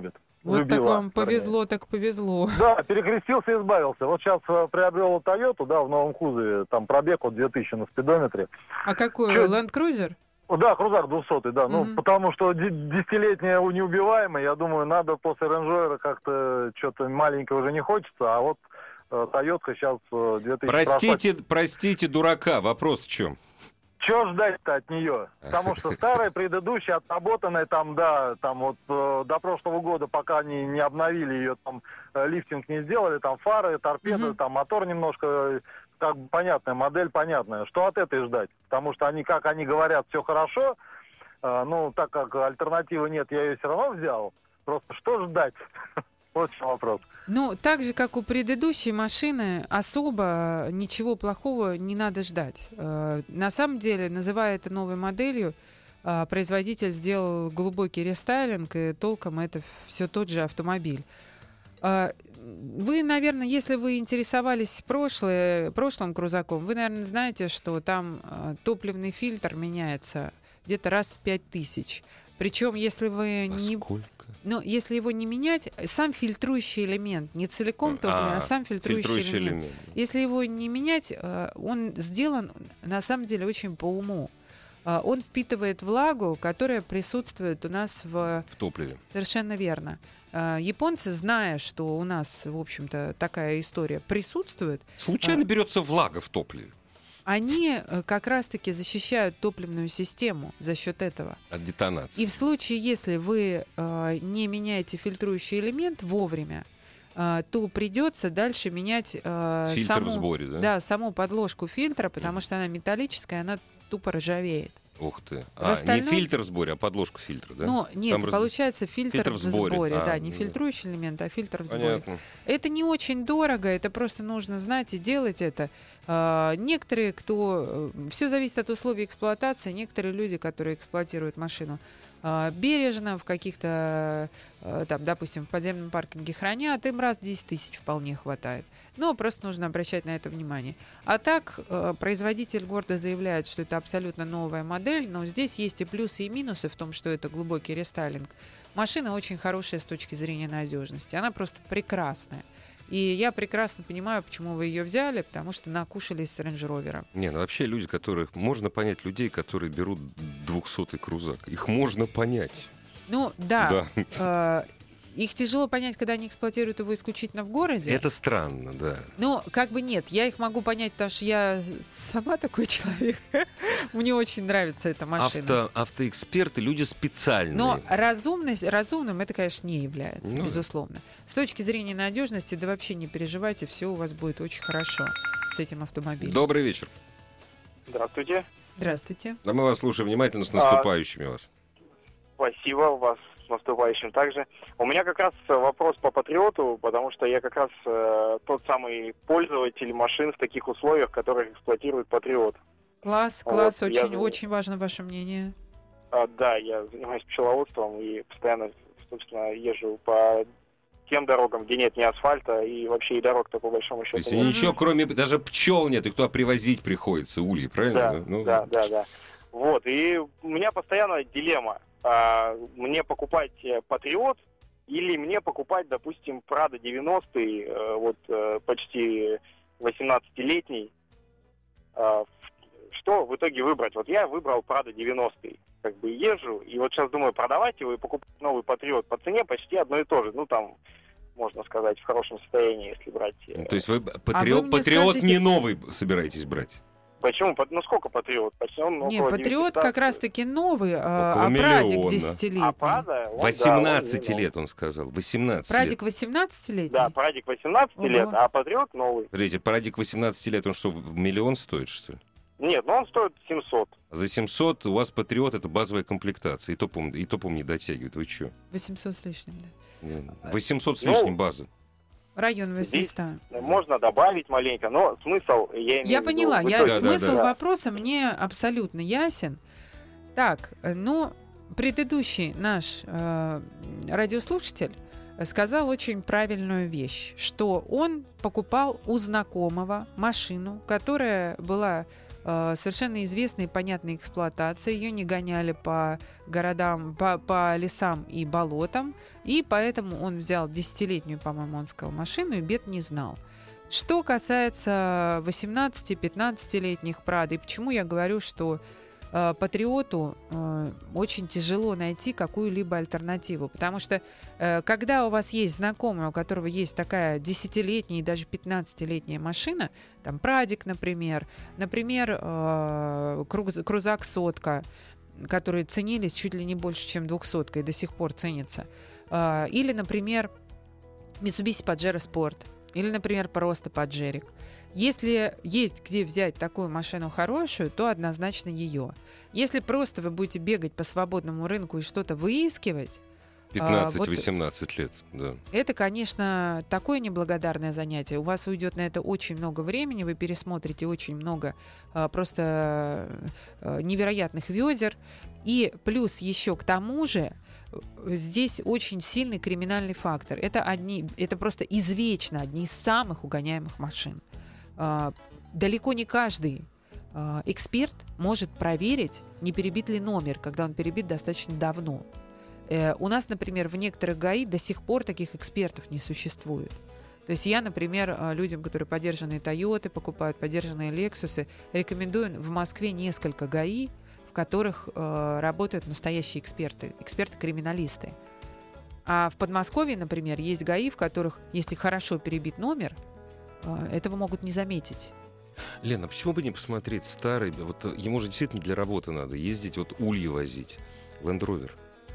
Speaker 3: Вот
Speaker 4: любила,
Speaker 3: так вам
Speaker 4: вернее.
Speaker 3: повезло, так повезло.
Speaker 4: Да, перекрестился и избавился. Вот сейчас э, приобрел Тойоту, да, в новом кузове, там пробег вот две тысячи на спидометре.
Speaker 3: А какой?
Speaker 4: Чё-
Speaker 3: Land Cruiser?
Speaker 4: О, да, крузак двухсотый, да. Ну,
Speaker 3: Мгм.
Speaker 4: потому что ди- десятилетняя у неубиваемый, я думаю, надо после Range Rover как-то что-то маленькое уже не хочется, а вот э, Тойотка сейчас э, две тысячи
Speaker 2: Простите, простите, дурака, вопрос в чем?
Speaker 4: Чего ждать-то от нее? Потому что старая, предыдущая, отработанная там, да, там вот э, до прошлого года, пока не, не обновили ее, там э, лифтинг не сделали, там фары, торпеды,
Speaker 3: Мгм.
Speaker 4: там мотор немножко, э, как бы понятная, модель понятная. Что от этой ждать? Потому что они, как они говорят, все хорошо, э, ну, так как альтернативы нет, я ее все равно взял. Просто что ждать? Вот в чем вопрос.
Speaker 3: Ну, так же, как у предыдущей машины, особо ничего плохого не надо ждать. Э, На самом деле, называя это новой моделью, э, производитель сделал глубокий рестайлинг, и толком это все тот же автомобиль. Э, Вы, наверное, если вы интересовались прошлое, прошлым крузаком, вы, наверное, знаете, что там э, топливный фильтр меняется где-то раз в пять тысяч. Причем, если вы
Speaker 2: А
Speaker 3: не...
Speaker 2: сколько?
Speaker 3: Ну, если его не менять, сам фильтрующий элемент, не целиком топливо, а,
Speaker 2: А,
Speaker 3: сам фильтрующий,
Speaker 2: Фильтрующий
Speaker 3: элемент.
Speaker 2: элемент.
Speaker 3: Если его не менять, э, он сделан на самом деле очень по уму. Э, Он впитывает влагу, которая присутствует у нас в...
Speaker 2: В топливе.
Speaker 3: Совершенно верно. Э, Японцы, зная, что у нас, в общем-то, такая история присутствует,
Speaker 2: Случайно берется влага в топливе
Speaker 3: они э, как раз-таки защищают топливную систему за счет этого.
Speaker 2: от детонации.
Speaker 3: И в случае, если вы э, не меняете фильтрующий элемент вовремя, э, то придется дальше менять э,
Speaker 2: Фильтр
Speaker 3: саму,
Speaker 2: в сборе, да?
Speaker 3: да, саму подложку фильтра, потому
Speaker 2: Мгм.
Speaker 3: что она металлическая, она тупо ржавеет.
Speaker 2: Ух ты.
Speaker 3: В
Speaker 2: А,
Speaker 3: остальном-
Speaker 2: не фильтр в сборе, а подложку фильтра, да?
Speaker 3: Но нет,
Speaker 2: Там раз-
Speaker 3: получается фильтр,
Speaker 2: фильтр
Speaker 3: в
Speaker 2: в
Speaker 3: сборе,
Speaker 2: сборе.
Speaker 3: да,
Speaker 2: А,
Speaker 3: не
Speaker 2: ну.
Speaker 3: фильтрующий элемент, а фильтр в сборе.
Speaker 2: Понятно.
Speaker 3: Это не очень дорого, это просто нужно знать и делать это. А, некоторые, кто... Все зависит от условий эксплуатации. Некоторые люди, которые эксплуатируют машину а, бережно, в каких-то, а, там, допустим, в подземном паркинге хранят, им раз в десять тысяч вполне хватает. Но просто нужно обращать на это внимание. А так, э, производитель гордо заявляет, что это абсолютно новая модель, но здесь есть и плюсы, и минусы в том, что это глубокий рестайлинг. Машина очень хорошая с точки зрения надежности. Она просто прекрасная. И я прекрасно понимаю, почему вы ее взяли, потому что накушались с Range Rover.
Speaker 2: Не, ну вообще люди, которых... Можно понять людей, которые берут двухсотый крузак. Их можно понять.
Speaker 3: Ну, да.
Speaker 2: Да.
Speaker 3: э, их тяжело понять, когда они эксплуатируют его исключительно в городе.
Speaker 2: Это странно, да.
Speaker 3: Ну, как бы нет, я их могу понять, потому что я сама такой человек. Мне очень нравится эта машина.
Speaker 2: Авто, автоэксперты, люди специальные.
Speaker 3: Но разумность, разумным это, конечно, не является,
Speaker 2: Ну,
Speaker 3: безусловно. С точки зрения надежности, да вообще не переживайте, все у вас будет очень хорошо с этим автомобилем.
Speaker 2: Добрый вечер.
Speaker 5: Здравствуйте.
Speaker 3: Здравствуйте.
Speaker 2: Да мы вас слушаем внимательно, с наступающими вас.
Speaker 5: Спасибо, вас с наступающим также. У меня как раз вопрос по Патриоту, потому что я как раз э, тот самый пользователь машин в таких условиях, которых эксплуатирует Патриот.
Speaker 3: Класс,
Speaker 5: Вот,
Speaker 3: класс,
Speaker 5: я-
Speaker 3: очень, очень важно ваше мнение.
Speaker 5: А, да, я занимаюсь пчеловодством и постоянно, собственно, езжу по тем дорогам, где нет ни асфальта и вообще и дорог-то по большому
Speaker 2: То
Speaker 5: счету
Speaker 2: есть
Speaker 5: нет.
Speaker 2: ничего, кроме даже пчел нет, и кто привозить приходится, ульи, правильно?
Speaker 5: Да,
Speaker 2: Ну,
Speaker 5: да, да, да. Вот, и у меня постоянно дилемма. А, мне покупать э, Патриот или мне покупать, допустим, Прада девяностый, э, вот э, почти восемнадцатилетний. А, в- что в итоге выбрать? Вот я выбрал Прада девяностый, как бы езжу, и вот сейчас думаю продавать его и покупать новый Патриот по цене почти одно и то же. Ну, там, можно сказать, в хорошем состоянии, если брать. э,
Speaker 2: Ну, то есть вы
Speaker 3: вы
Speaker 2: патриот,
Speaker 3: мне
Speaker 2: патриот
Speaker 3: скажите-
Speaker 2: не новый собираетесь брать?
Speaker 5: Почему? Пат- Ну, сколько Патриот? Почти он
Speaker 3: Не,
Speaker 5: около
Speaker 3: Патриот
Speaker 5: девятисот.
Speaker 3: как раз-таки новый, а,
Speaker 2: Около
Speaker 3: а Прадик
Speaker 2: миллиона.
Speaker 3: десятилетний.
Speaker 5: А Прада? он, да,
Speaker 2: восемнадцать
Speaker 5: он,
Speaker 2: лет, он сказал. восемнадцать
Speaker 3: Прадик
Speaker 2: лет.
Speaker 3: восемнадцатилетний?
Speaker 5: Да, Прадик восемнадцать
Speaker 3: Ого.
Speaker 5: лет, а Патриот новый.
Speaker 2: Смотрите, Прадик восемнадцать лет, он что, в миллион стоит, что ли?
Speaker 5: Нет, ну он стоит семьсот.
Speaker 2: За семьсот у вас Патриот — это базовая комплектация. И то, по и то, по-моему, не дотягивает. Вы что?
Speaker 3: восемьсот с лишним, да.
Speaker 2: восемьсот с
Speaker 5: Ну,
Speaker 2: лишним базы.
Speaker 3: Район
Speaker 5: Здесь-
Speaker 3: восьмисот.
Speaker 5: Можно добавить маленько, но смысл, я имею
Speaker 3: Я
Speaker 5: в виду,
Speaker 3: поняла,
Speaker 5: в
Speaker 3: я,
Speaker 5: итоге-
Speaker 2: Да, да,
Speaker 3: смысл
Speaker 2: да.
Speaker 3: вопроса мне абсолютно ясен. Так, э, ну, предыдущий наш э, радиослушатель сказал очень правильную вещь, что он покупал у знакомого машину, которая была э, совершенно известная и понятная эксплуатация. Ее не гоняли по городам, по, по лесам и болотам. И поэтому он взял десятилетнюю, по-моему, он сказал, машину и бед не знал. Что касается восемнадцати-пятнадцатилетних Прадо, и почему я говорю, что э, Патриоту э, очень тяжело найти какую-либо альтернативу. Потому что э, когда у вас есть знакомый, у которого есть такая десятилетняя и даже пятнадцатилетняя машина, там Прадик, например, например, э, круз, крузак сотка, которые ценились чуть ли не больше, чем двухсотка, и до сих пор ценятся. Э, или, например, Mitsubishi Pajero Sport. Или, например, просто Паджерик. Если есть где взять такую машину хорошую, то однозначно ее. Если просто вы будете бегать по свободному рынку и что-то выискивать,
Speaker 2: пятнадцать-восемнадцать а, вот лет, да.
Speaker 3: Это, конечно, такое неблагодарное занятие. У вас уйдет на это очень много времени, вы пересмотрите очень много а, просто а, невероятных ведер. И плюс еще к тому же здесь очень сильный криминальный фактор. Это, одни, это просто извечно одни из самых угоняемых машин. А, далеко не каждый а, эксперт может проверить, не перебит ли номер, когда он перебит достаточно давно. Э, у нас, например, в некоторых ГАИ до сих пор таких экспертов не существует. То есть я, например, людям, которые подержанные Тойоты покупают, подержанные Лексусы, рекомендую в Москве несколько ГАИ, в которых э, работают настоящие эксперты, эксперты-криминалисты. А в Подмосковье, например, есть ГАИ, в которых, если хорошо перебит номер, э, этого могут не заметить.
Speaker 2: Лена, почему бы не посмотреть старый, вот ему же действительно для работы надо ездить, вот ульи возить, Land Rover.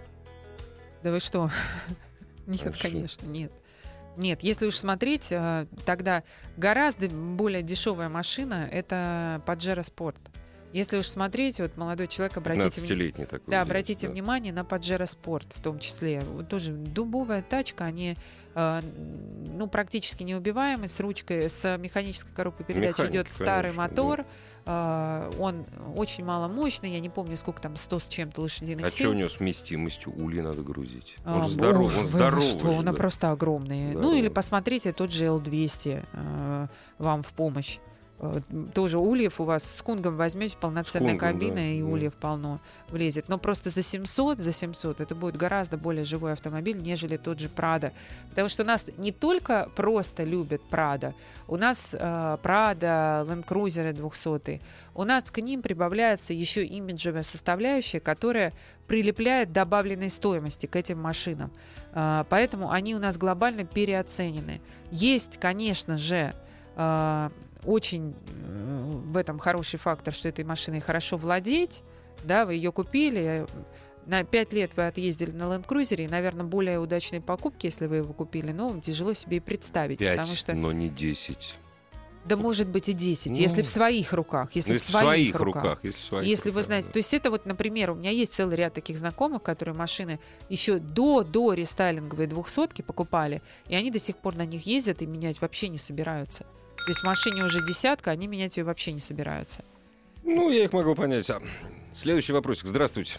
Speaker 3: Да вы что? Нет,
Speaker 2: Хорошо.
Speaker 3: конечно, нет. Нет, если уж смотреть, тогда гораздо более дешевая машина — это Pajero Sport. Если уж смотреть, вот молодой человек, обратите,
Speaker 2: пятнадцатилетний такой.
Speaker 3: да, обратите да. внимание на Pajero Sport в том числе. Вот тоже дубовая тачка, они э, ну, практически неубиваемы, с ручкой, с механической коробкой передач
Speaker 2: Механик,
Speaker 3: идет старый
Speaker 2: конечно,
Speaker 3: мотор.
Speaker 2: Да.
Speaker 3: Uh, он очень маломощный, я не помню, сколько там, сто с чем-то лошадиных
Speaker 2: а
Speaker 3: сил.
Speaker 2: А что у него с вместимостью? Ульи надо грузить. Он
Speaker 3: а,
Speaker 2: же здоров, он здоровый.
Speaker 3: Что, он
Speaker 2: да.
Speaker 3: просто огромный. Здоровый. Ну или посмотрите тот же эл двести uh, вам в помощь. Uh, тоже ульев у вас с Кунгом возьмете, полноценная
Speaker 2: Кунгом,
Speaker 3: кабина,
Speaker 2: да,
Speaker 3: и
Speaker 2: да.
Speaker 3: ульев полно влезет. Но просто за семьсот, за семьсот это будет гораздо более живой автомобиль, нежели тот же Прадо. Потому что у нас не только просто любят Прадо, у нас uh, Прадо, Land Cruiser двухсотый, у нас к ним прибавляется еще имиджевая составляющая, которая прилепляет добавленной стоимости к этим машинам. Uh, поэтому они у нас глобально переоценены. Есть, конечно же, uh, очень э, в этом хороший фактор, что этой машиной хорошо владеть. Да, вы ее купили, на пять лет вы отъездили на Land Cruiser, и, наверное, более удачные покупки, если вы его купили, но тяжело себе и представить.
Speaker 2: пять,
Speaker 3: потому что...
Speaker 2: но не десять.
Speaker 3: Да, может быть, и десять,
Speaker 2: ну,
Speaker 3: если в своих руках. Если,
Speaker 2: если
Speaker 3: в своих,
Speaker 2: своих
Speaker 3: руках.
Speaker 2: руках. Если, в своих
Speaker 3: если
Speaker 2: руках,
Speaker 3: вы знаете.
Speaker 2: да.
Speaker 3: То есть это вот, например, у меня есть целый ряд таких знакомых, которые машины еще до, до рестайлинговой двухсотки покупали, и они до сих пор на них ездят и менять вообще не собираются. То есть в машине уже десятка, они менять ее вообще не собираются.
Speaker 2: Ну, я их могу понять. Следующий вопросик. Здравствуйте.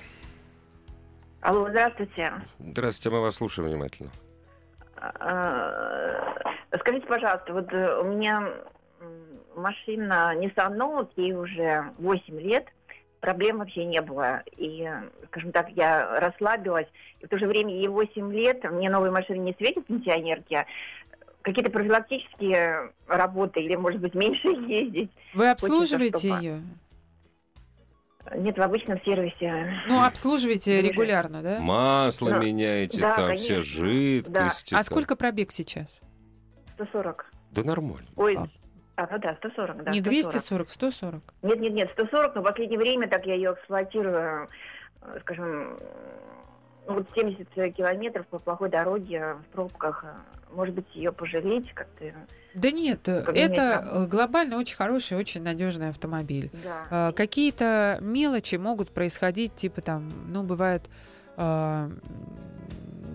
Speaker 6: Алло, здравствуйте.
Speaker 2: Здравствуйте, мы вас слушаем внимательно.
Speaker 6: Скажите, пожалуйста, вот у меня машина Nissan Note, ей уже восемь лет, проблем вообще не было. И, скажем так, я расслабилась. И в то же время ей восемь лет, мне новые машины не светят, пенсионерки. Какие-то профилактические работы или, может быть, меньше ездить.
Speaker 3: Вы обслуживаете
Speaker 6: чтобы...
Speaker 3: ее?
Speaker 6: Нет, в обычном сервисе.
Speaker 3: Ну, обслуживаете
Speaker 6: Даже...
Speaker 3: регулярно, да?
Speaker 2: Масло
Speaker 6: ну,
Speaker 2: меняете,
Speaker 6: да,
Speaker 2: там
Speaker 6: конечно.
Speaker 2: все жидкости.
Speaker 3: Да. А
Speaker 2: там.
Speaker 3: сколько пробег сейчас?
Speaker 6: сто сорок.
Speaker 2: Да нормально.
Speaker 6: Ой,
Speaker 3: А.
Speaker 6: а, ну да, сто сорок, да.
Speaker 3: Не
Speaker 6: сто сорок.
Speaker 3: двести сорок, сто сорок.
Speaker 6: Нет, нет, нет, сто сорок, но в последнее время так я ее эксплуатирую, скажем, вот семьдесят километров по плохой дороге в пробках. Может быть, ее пожалеть как-то?
Speaker 3: Да нет,
Speaker 6: Поменять
Speaker 3: это
Speaker 6: там.
Speaker 3: глобально очень хороший, очень надежный автомобиль.
Speaker 6: Да.
Speaker 3: А, какие-то мелочи могут происходить, типа там, ну, бывает, а,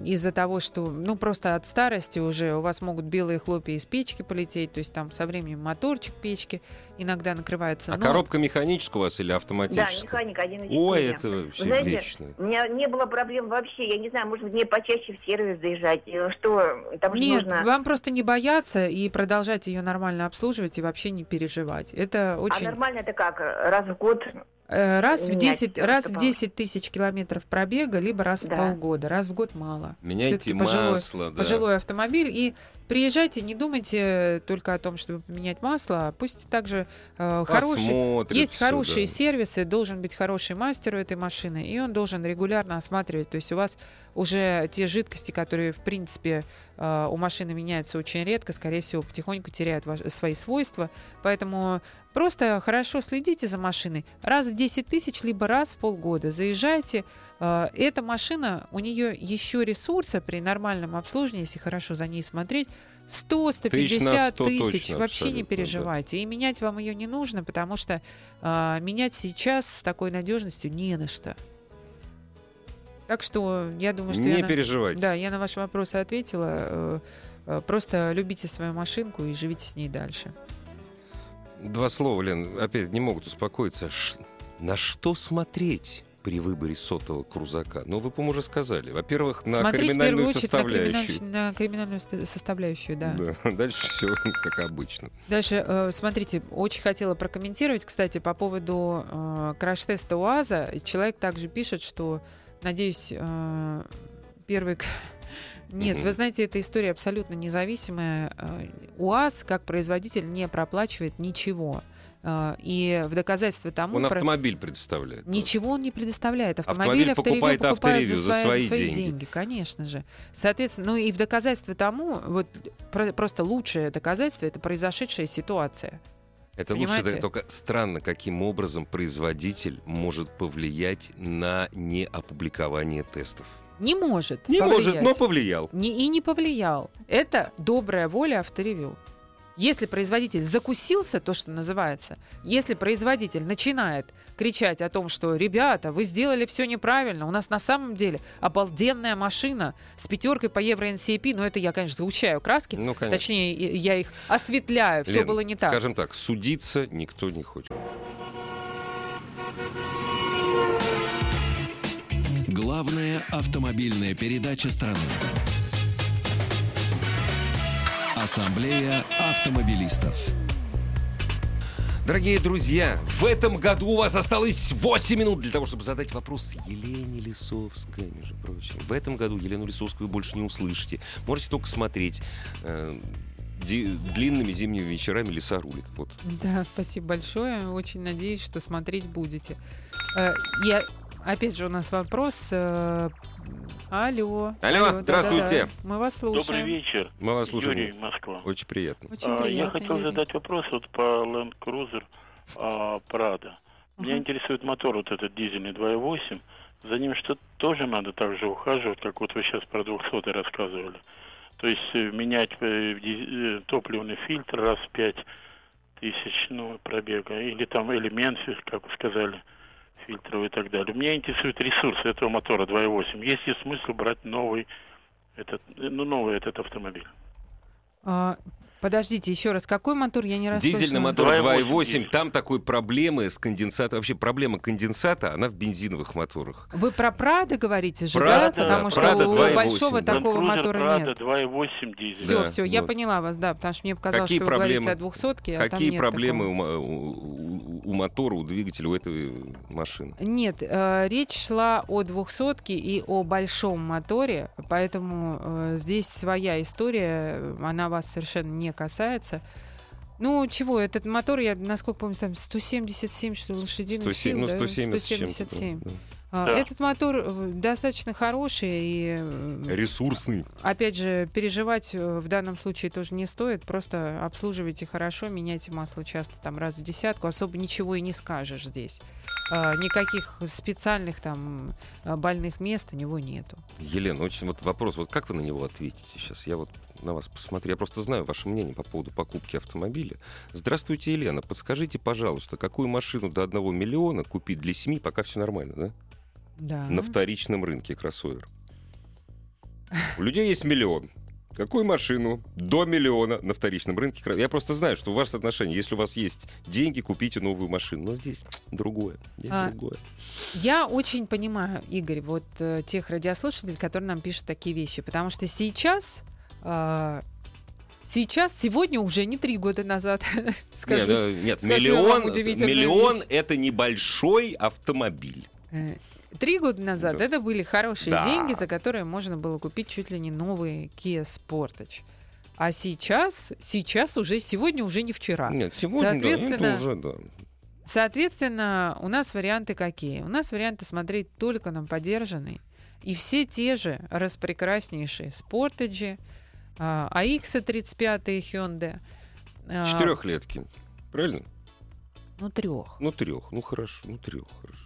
Speaker 3: из-за того, что, ну, просто от старости уже у вас могут белые хлопья из печки полететь, то есть там со временем моторчик печки иногда накрывается.
Speaker 2: А
Speaker 3: но...
Speaker 2: коробка механическая у вас или
Speaker 6: Да,
Speaker 2: автоматическая?
Speaker 6: механик один из
Speaker 2: Ой,
Speaker 6: четыре.
Speaker 2: это вообще
Speaker 6: Вы знаете,
Speaker 2: вечно.
Speaker 6: у меня не было проблем вообще. Я не знаю, может, мне почаще в сервис заезжать. э, Что там же
Speaker 3: Нет,
Speaker 6: нужно...
Speaker 3: вам просто не бояться и продолжать ее нормально обслуживать и вообще не переживать. Это
Speaker 6: А
Speaker 3: очень...
Speaker 6: нормально это как? Раз в год?
Speaker 3: Э, Раз в
Speaker 6: менять
Speaker 3: десять,
Speaker 6: всё,
Speaker 3: раз в
Speaker 6: чтобы-
Speaker 3: десять тысяч километров пробега, либо раз в
Speaker 6: Да.
Speaker 3: полгода. Раз в год мало.
Speaker 2: Меняйте
Speaker 3: Всё-таки пожилой,
Speaker 2: масло, да.
Speaker 3: пожилой автомобиль. И приезжайте, не думайте только о том, чтобы поменять масло. а Пусть также э, хороший...
Speaker 2: Посмотрит
Speaker 3: Есть
Speaker 2: всё,
Speaker 3: хорошие
Speaker 2: да.
Speaker 3: сервисы, должен быть хороший мастер у этой машины, и он должен регулярно осматривать. То есть у вас уже те жидкости, которые, в принципе, э, у машины меняются очень редко, скорее всего, потихоньку теряют ваш- свои свойства. Поэтому просто хорошо следите за машиной. Раз в десять тысяч, либо раз в полгода заезжайте. Э, Эта машина, у нее еще ресурса при нормальном обслуживании, если хорошо за ней смотреть, сто - сто пятьдесят
Speaker 2: сто
Speaker 3: тысяч.
Speaker 2: точно,
Speaker 3: Вообще не
Speaker 2: абсолютно, да.
Speaker 3: переживайте. И менять вам ее не нужно, потому что а, менять сейчас с такой надежностью не на что. Так что я думаю, что
Speaker 2: Не
Speaker 3: я на...
Speaker 2: переживайте.
Speaker 3: Да, я на ваши вопросы ответила. Э, э, Просто любите свою машинку и живите с ней дальше.
Speaker 2: Два слова, Лен, опять не могут успокоиться. Ш- На что смотреть при выборе сотового крузака? Ну, вы, по-моему, уже сказали. Во-первых, на
Speaker 3: Смотрите в
Speaker 2: криминальную
Speaker 3: первую очередь на,
Speaker 2: составляющую.
Speaker 3: криминаль- на криминальную ста- составляющую, да.
Speaker 2: Да. Дальше все как обычно.
Speaker 3: Дальше, э, смотрите, очень хотела прокомментировать, кстати, по поводу э, краш-теста УАЗа. Человек также пишет, что, надеюсь, э, первый... к- Нет,
Speaker 2: Мгм.
Speaker 3: вы знаете, эта история абсолютно независимая. Э, УАЗ, как производитель, не проплачивает ничего. Э, И в доказательство тому...
Speaker 2: Он
Speaker 3: про-
Speaker 2: автомобиль предоставляет.
Speaker 3: Ничего он не предоставляет.
Speaker 2: Автомобиль
Speaker 3: Автомобиль
Speaker 2: покупает
Speaker 3: покупает
Speaker 2: авторевью за свои деньги.
Speaker 3: конечно же. Соответственно, ну и в доказательство тому, вот про- просто лучшее доказательство — это произошедшая ситуация.
Speaker 2: Это лучше,
Speaker 3: Понимаете?
Speaker 2: да, только странно, каким образом производитель может повлиять на неопубликование тестов.
Speaker 3: Не может
Speaker 2: Не
Speaker 3: повлиять.
Speaker 2: может, но повлиял.
Speaker 3: Не- и не повлиял. Это добрая воля авторевью. Если производитель закусился, то, что называется, если производитель начинает кричать о том, что «ребята, вы сделали все неправильно, у нас на самом деле обалденная машина с пятеркой по Евро эн си эй пи», ну это я, конечно, сгущаю краски,
Speaker 2: Ну, конечно.
Speaker 3: точнее, и- я их осветляю, все
Speaker 2: Лен,
Speaker 3: было не так.
Speaker 2: Скажем так, судиться никто не хочет.
Speaker 1: Главная автомобильная передача страны. Ассамблея автомобилистов.
Speaker 2: Дорогие друзья, в этом году у вас осталось восемь минут для того, чтобы задать вопрос Елене Лисовской, между прочим. В этом году Елену Лисовскую вы больше не услышите. Можете только смотреть. Э, ди- длинными зимними вечерами лиса рулит. Вот.
Speaker 3: Да, спасибо большое. Очень надеюсь, что смотреть будете. Э, Я, опять же, у нас вопрос. э, Алло.
Speaker 2: Алло, здравствуйте.
Speaker 3: да-да-да. Мы вас слушаем.
Speaker 7: Добрый вечер.
Speaker 2: Мы вас слушаем.
Speaker 7: Юрий, Москва.
Speaker 2: Очень приятно.
Speaker 3: Очень
Speaker 7: А,
Speaker 3: приятно.
Speaker 7: Я хотел
Speaker 3: Юрий.
Speaker 7: задать вопрос вот по Land Cruiser а, Prado. Меня
Speaker 3: Ага.
Speaker 7: интересует мотор вот этот дизельный два и восемь. За ним что тоже надо так же ухаживать, как вот вы сейчас про двухсотый рассказывали. То есть э, менять э, ди- э, топливный фильтр раз в пять тысяч ну, пробега. Или там элемент, как вы сказали, фильтров и так далее. Меня интересует ресурс этого мотора два и восемь. Есть ли смысл брать новый этот, ну, новый этот автомобиль?
Speaker 3: А, подождите, еще раз. Какой мотор? Я не расслышала.
Speaker 2: Дизельный мотор
Speaker 7: два и
Speaker 2: два и
Speaker 7: восемь
Speaker 2: восемь,
Speaker 7: дизель.
Speaker 2: там такой проблемы с конденсатом. Вообще проблема конденсата, она в бензиновых моторах.
Speaker 3: Вы про Прадо говорите же,
Speaker 2: Прадо,
Speaker 3: да? Потому
Speaker 2: да,
Speaker 3: что
Speaker 2: Прадо
Speaker 3: у
Speaker 2: два и
Speaker 3: большого
Speaker 2: восемь, да.
Speaker 3: такого
Speaker 7: Land Cruiser
Speaker 3: мотора
Speaker 7: Prado
Speaker 3: нет.
Speaker 7: два и восемь дизель.
Speaker 3: Все,
Speaker 2: Да,
Speaker 3: все, я
Speaker 2: вот.
Speaker 3: поняла вас, да, потому что мне показалось,
Speaker 2: Какие
Speaker 3: что вы говорите
Speaker 2: проблемы?
Speaker 3: о двухсотке, а там
Speaker 2: Какие
Speaker 3: нет
Speaker 2: проблемы
Speaker 3: такого.
Speaker 2: у, мо- у- у- у мотора, у двигателя, у этой машины?
Speaker 3: Нет, э, речь шла о двухсотке и о большом моторе, поэтому э, здесь своя история, э, она вас совершенно не касается. Ну, чего, этот мотор, я, насколько помню, там сто семьдесят семь что ли, лошадиных
Speaker 2: сто семь,
Speaker 3: сил,
Speaker 2: ну,
Speaker 3: да?
Speaker 2: сто семьдесят
Speaker 3: сто семьдесят семь.
Speaker 2: чем-то,
Speaker 3: А,
Speaker 7: Да.
Speaker 3: Этот мотор э, достаточно хороший, и, э,
Speaker 2: да. Ресурсный.
Speaker 3: опять же, переживать э, в данном случае тоже не стоит, просто обслуживайте хорошо, меняйте масло часто, там, раз в десятку, особо ничего и не скажешь здесь. А, никаких специальных там э, больных мест у него нету.
Speaker 2: Елена, очень вот вопрос, вот как вы на него ответите сейчас? Я вот на вас посмотрю, я просто знаю ваше мнение по поводу покупки автомобиля. Здравствуйте, Елена, подскажите, пожалуйста, какую машину до одного миллиона купить для семьи, пока все нормально, да?
Speaker 3: Да.
Speaker 2: На вторичном рынке кроссовер. У людей есть миллион. Какую машину до миллиона на вторичном рынке? Я просто знаю, что у вас отношения. Если у вас есть деньги, купите новую машину. Но здесь другое. Здесь
Speaker 3: А,
Speaker 2: другое.
Speaker 3: Я очень понимаю, Игорь, вот э, тех радиослушателей, которые нам пишут такие вещи. Потому что сейчас... э, Сейчас, сегодня уже не три года назад, скажу.
Speaker 2: Нет, да, нет
Speaker 3: скажу
Speaker 2: миллион,
Speaker 3: вам удивительную
Speaker 2: миллион
Speaker 3: вещь.
Speaker 2: это небольшой автомобиль.
Speaker 3: Э, Три года назад
Speaker 2: Да.
Speaker 3: это были хорошие
Speaker 2: Да.
Speaker 3: деньги, за которые можно было купить чуть ли не новый Kia Sportage. А сейчас, сейчас уже, сегодня уже не вчера.
Speaker 2: Нет, сегодня да,
Speaker 3: Соответственно,
Speaker 2: это уже, да.
Speaker 3: Соответственно, у нас варианты какие? У нас варианты смотреть только на подержанный. И все те же распрекраснейшие Sportage, эй икс тридцать пять Hyundai. а,
Speaker 2: Четырехлетки. Правильно?
Speaker 3: Ну, трех.
Speaker 2: Ну, трех. Ну, хорошо. Ну, трех. Хорошо.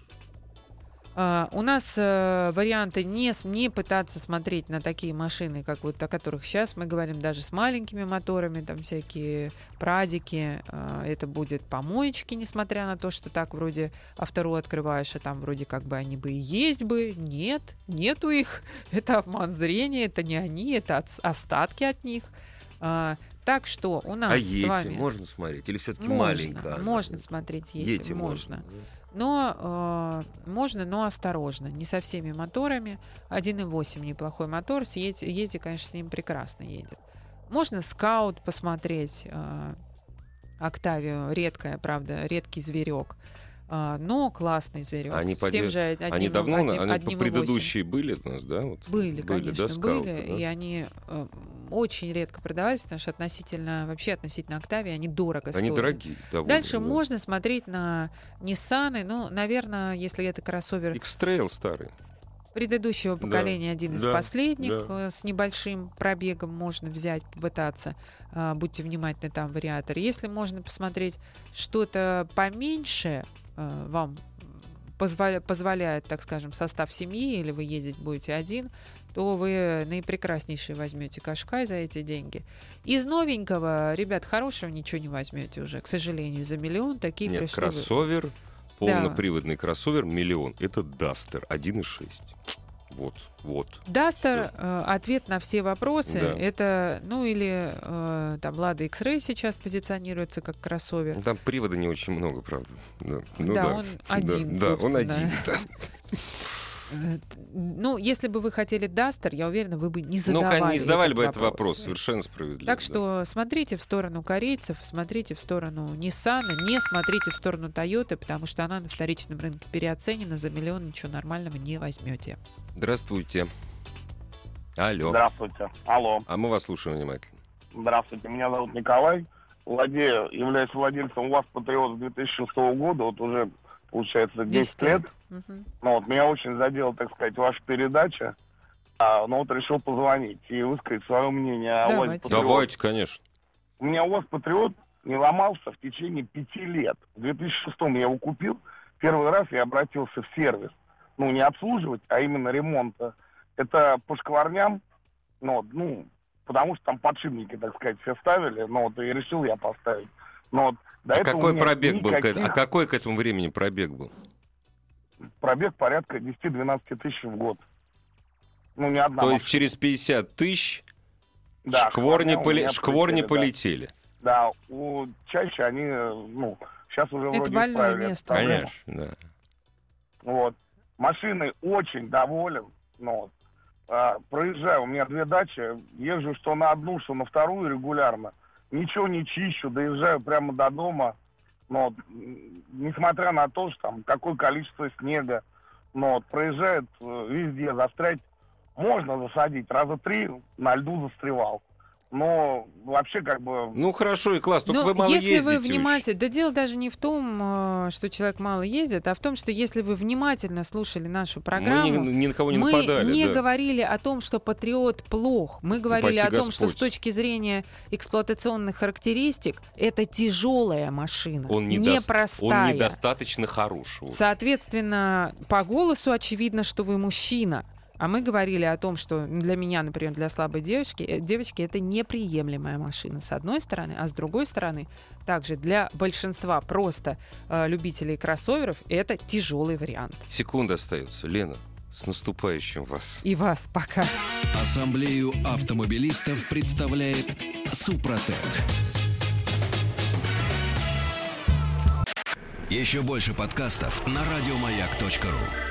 Speaker 3: А, у нас э, варианты не, с- не пытаться смотреть на такие машины, как вот о которых сейчас мы говорим, даже с маленькими моторами, там всякие прадики, а, это будет помоечки, несмотря на то, что так вроде автору открываешь, а там вроде как бы они бы и есть бы. Нет, нету их. Это обман зрения, это не они, это от- остатки от них. А, так что у нас
Speaker 2: А
Speaker 3: с
Speaker 2: Йети
Speaker 3: вами...
Speaker 2: можно смотреть? Или все-таки
Speaker 3: Можно,
Speaker 2: маленькая? она?
Speaker 3: можно смотреть Йети,
Speaker 2: Йети
Speaker 3: можно.
Speaker 2: можно.
Speaker 3: Но э, можно, но осторожно. Не со всеми моторами. один и восемь неплохой мотор. С Йети, Йети, конечно, с ним прекрасно едет. Можно Скаут посмотреть. Э, Октавию редкая, правда, редкий зверек. Э, но классный зверек.
Speaker 2: Они,
Speaker 3: с
Speaker 2: поди-
Speaker 3: тем же одним,
Speaker 2: Они давно,
Speaker 3: одним,
Speaker 2: они
Speaker 3: одним и восемь.
Speaker 2: предыдущие были у нас, да? Вот
Speaker 3: Были, конечно,
Speaker 2: да,
Speaker 3: были.
Speaker 2: скауты, да?
Speaker 3: И они э, очень редко продавались, потому что относительно, вообще относительно Октавии они дорого
Speaker 2: Они
Speaker 3: стоят.
Speaker 2: дорогие. довольно,
Speaker 3: Дальше
Speaker 2: да.
Speaker 3: можно смотреть на Ниссаны. Ну, наверное, если это кроссовер
Speaker 2: X-Trail старый.
Speaker 3: предыдущего
Speaker 2: Да,
Speaker 3: поколения, один из
Speaker 2: да,
Speaker 3: последних,
Speaker 2: да.
Speaker 3: э, с небольшим пробегом можно взять, попытаться. А, Будьте внимательны, там вариатор. Если можно посмотреть что-то поменьше, э, вам позволя- позволяет, так скажем, состав семьи, или вы ездить будете один, то вы наипрекраснейший возьмете Кашкай за эти деньги. Из новенького, ребят, хорошего ничего не возьмете уже, к сожалению, за миллион такие
Speaker 2: Нет,
Speaker 3: пришло.
Speaker 2: кроссовер, полноприводный кроссовер, миллион. Это Дастер один и шесть. Вот, вот.
Speaker 3: Дастер, э, ответ на все вопросы.
Speaker 2: Да.
Speaker 3: Это, ну или э, там Lada X-Ray сейчас позиционируется как кроссовер.
Speaker 2: Там привода не очень много, правда. Да, ну
Speaker 3: Да,
Speaker 2: да,
Speaker 3: он
Speaker 2: да,
Speaker 3: один,
Speaker 2: Да, он
Speaker 3: собственно.
Speaker 2: один, да.
Speaker 3: Э, т- Ну, если бы вы хотели Дастер, я уверена, вы бы не
Speaker 2: Ну,
Speaker 3: задавали
Speaker 2: не задавали бы
Speaker 3: этот
Speaker 2: этот вопрос. Совершенно справедливо.
Speaker 3: Так
Speaker 2: да.
Speaker 3: что смотрите в сторону корейцев, смотрите в сторону Nissan, не смотрите в сторону Toyota, потому что она на вторичном рынке переоценена, за миллион ничего нормального не возьмете.
Speaker 2: Здравствуйте. Алло.
Speaker 8: Здравствуйте. Алло.
Speaker 2: А мы вас слушаем внимательно.
Speaker 8: Здравствуйте. Меня зовут Николай. Владею, являюсь владельцем УАЗ Патриот с две тысячи шестого года. Вот уже, получается, десять лет.
Speaker 3: Мгм.
Speaker 8: Ну, вот меня очень задела, так сказать, ваша передача. А, ну, вот решил позвонить и высказать свое мнение о УАЗе
Speaker 3: Давайте.
Speaker 8: Патриот.
Speaker 2: Давайте, конечно.
Speaker 8: У меня УАЗ Патриот не ломался в течение пяти лет. В две тысячи шестом я его купил. Первый раз я обратился в сервис. Ну, не обслуживать, а именно ремонта. Это по шкварням, ну, ну, потому что там подшипники, так сказать, все ставили, ну, вот и решил я поставить. Но вот до
Speaker 2: А
Speaker 8: этого
Speaker 2: какой
Speaker 8: у меня
Speaker 2: пробег был? к-
Speaker 8: никаких-
Speaker 2: А какой к этому времени пробег был?
Speaker 8: Пробег порядка десять-двенадцать тысяч в год. Ну, не одна
Speaker 2: То есть
Speaker 8: машина.
Speaker 2: через пятьдесят тысяч
Speaker 8: Да,
Speaker 2: шкворни,
Speaker 8: шкварня у
Speaker 2: поле-
Speaker 8: меня
Speaker 2: шкворни
Speaker 8: полетели,
Speaker 2: полетели.
Speaker 8: Да, да у... чаще они, ну, сейчас уже
Speaker 3: Это
Speaker 8: вроде
Speaker 3: больное
Speaker 8: исправили эту
Speaker 3: место.
Speaker 8: проблему.
Speaker 2: Конечно, да.
Speaker 8: Вот. Машиной очень доволен. Ну, вот. А, проезжаю, у меня две дачи, езжу что на одну, что на вторую регулярно. Ничего не чищу, доезжаю прямо до дома. Но вот, м, несмотря на то, что там какое количество снега, но вот, проезжает э, везде, застрять можно засадить. Раза три на льду застревал. Но вообще как бы...
Speaker 2: Ну хорошо и класс, только
Speaker 3: Ну,
Speaker 2: вы мало
Speaker 3: если
Speaker 2: ездите.
Speaker 3: вы
Speaker 2: очень.
Speaker 3: внимательно, да дело даже не в том, э, что человек мало ездит, а в том, что если вы внимательно слушали нашу программу,
Speaker 2: Мы ни, ни на кого не
Speaker 3: мы
Speaker 2: нападали.
Speaker 3: не
Speaker 2: да.
Speaker 3: говорили о том, что Патриот плох. Мы говорили
Speaker 2: Упаси
Speaker 3: о том, что
Speaker 2: Господь.
Speaker 3: с точки зрения эксплуатационных характеристик это тяжелая машина,
Speaker 2: Он, не даст-
Speaker 3: непростая.
Speaker 2: он недостаточно хорош. Вот.
Speaker 3: Соответственно, по голосу очевидно, что вы мужчина. А мы говорили о том, что для меня, например, для слабой девочки, э, девочки это неприемлемая машина, с одной стороны, а с другой стороны, также для большинства просто э, любителей кроссоверов это тяжелый вариант.
Speaker 2: Секунда остается. Лена, С наступающим вас.
Speaker 3: И вас. Пока.
Speaker 1: Ассамблею автомобилистов представляет Супротек. Еще больше подкастов на радиомаяк точка ру.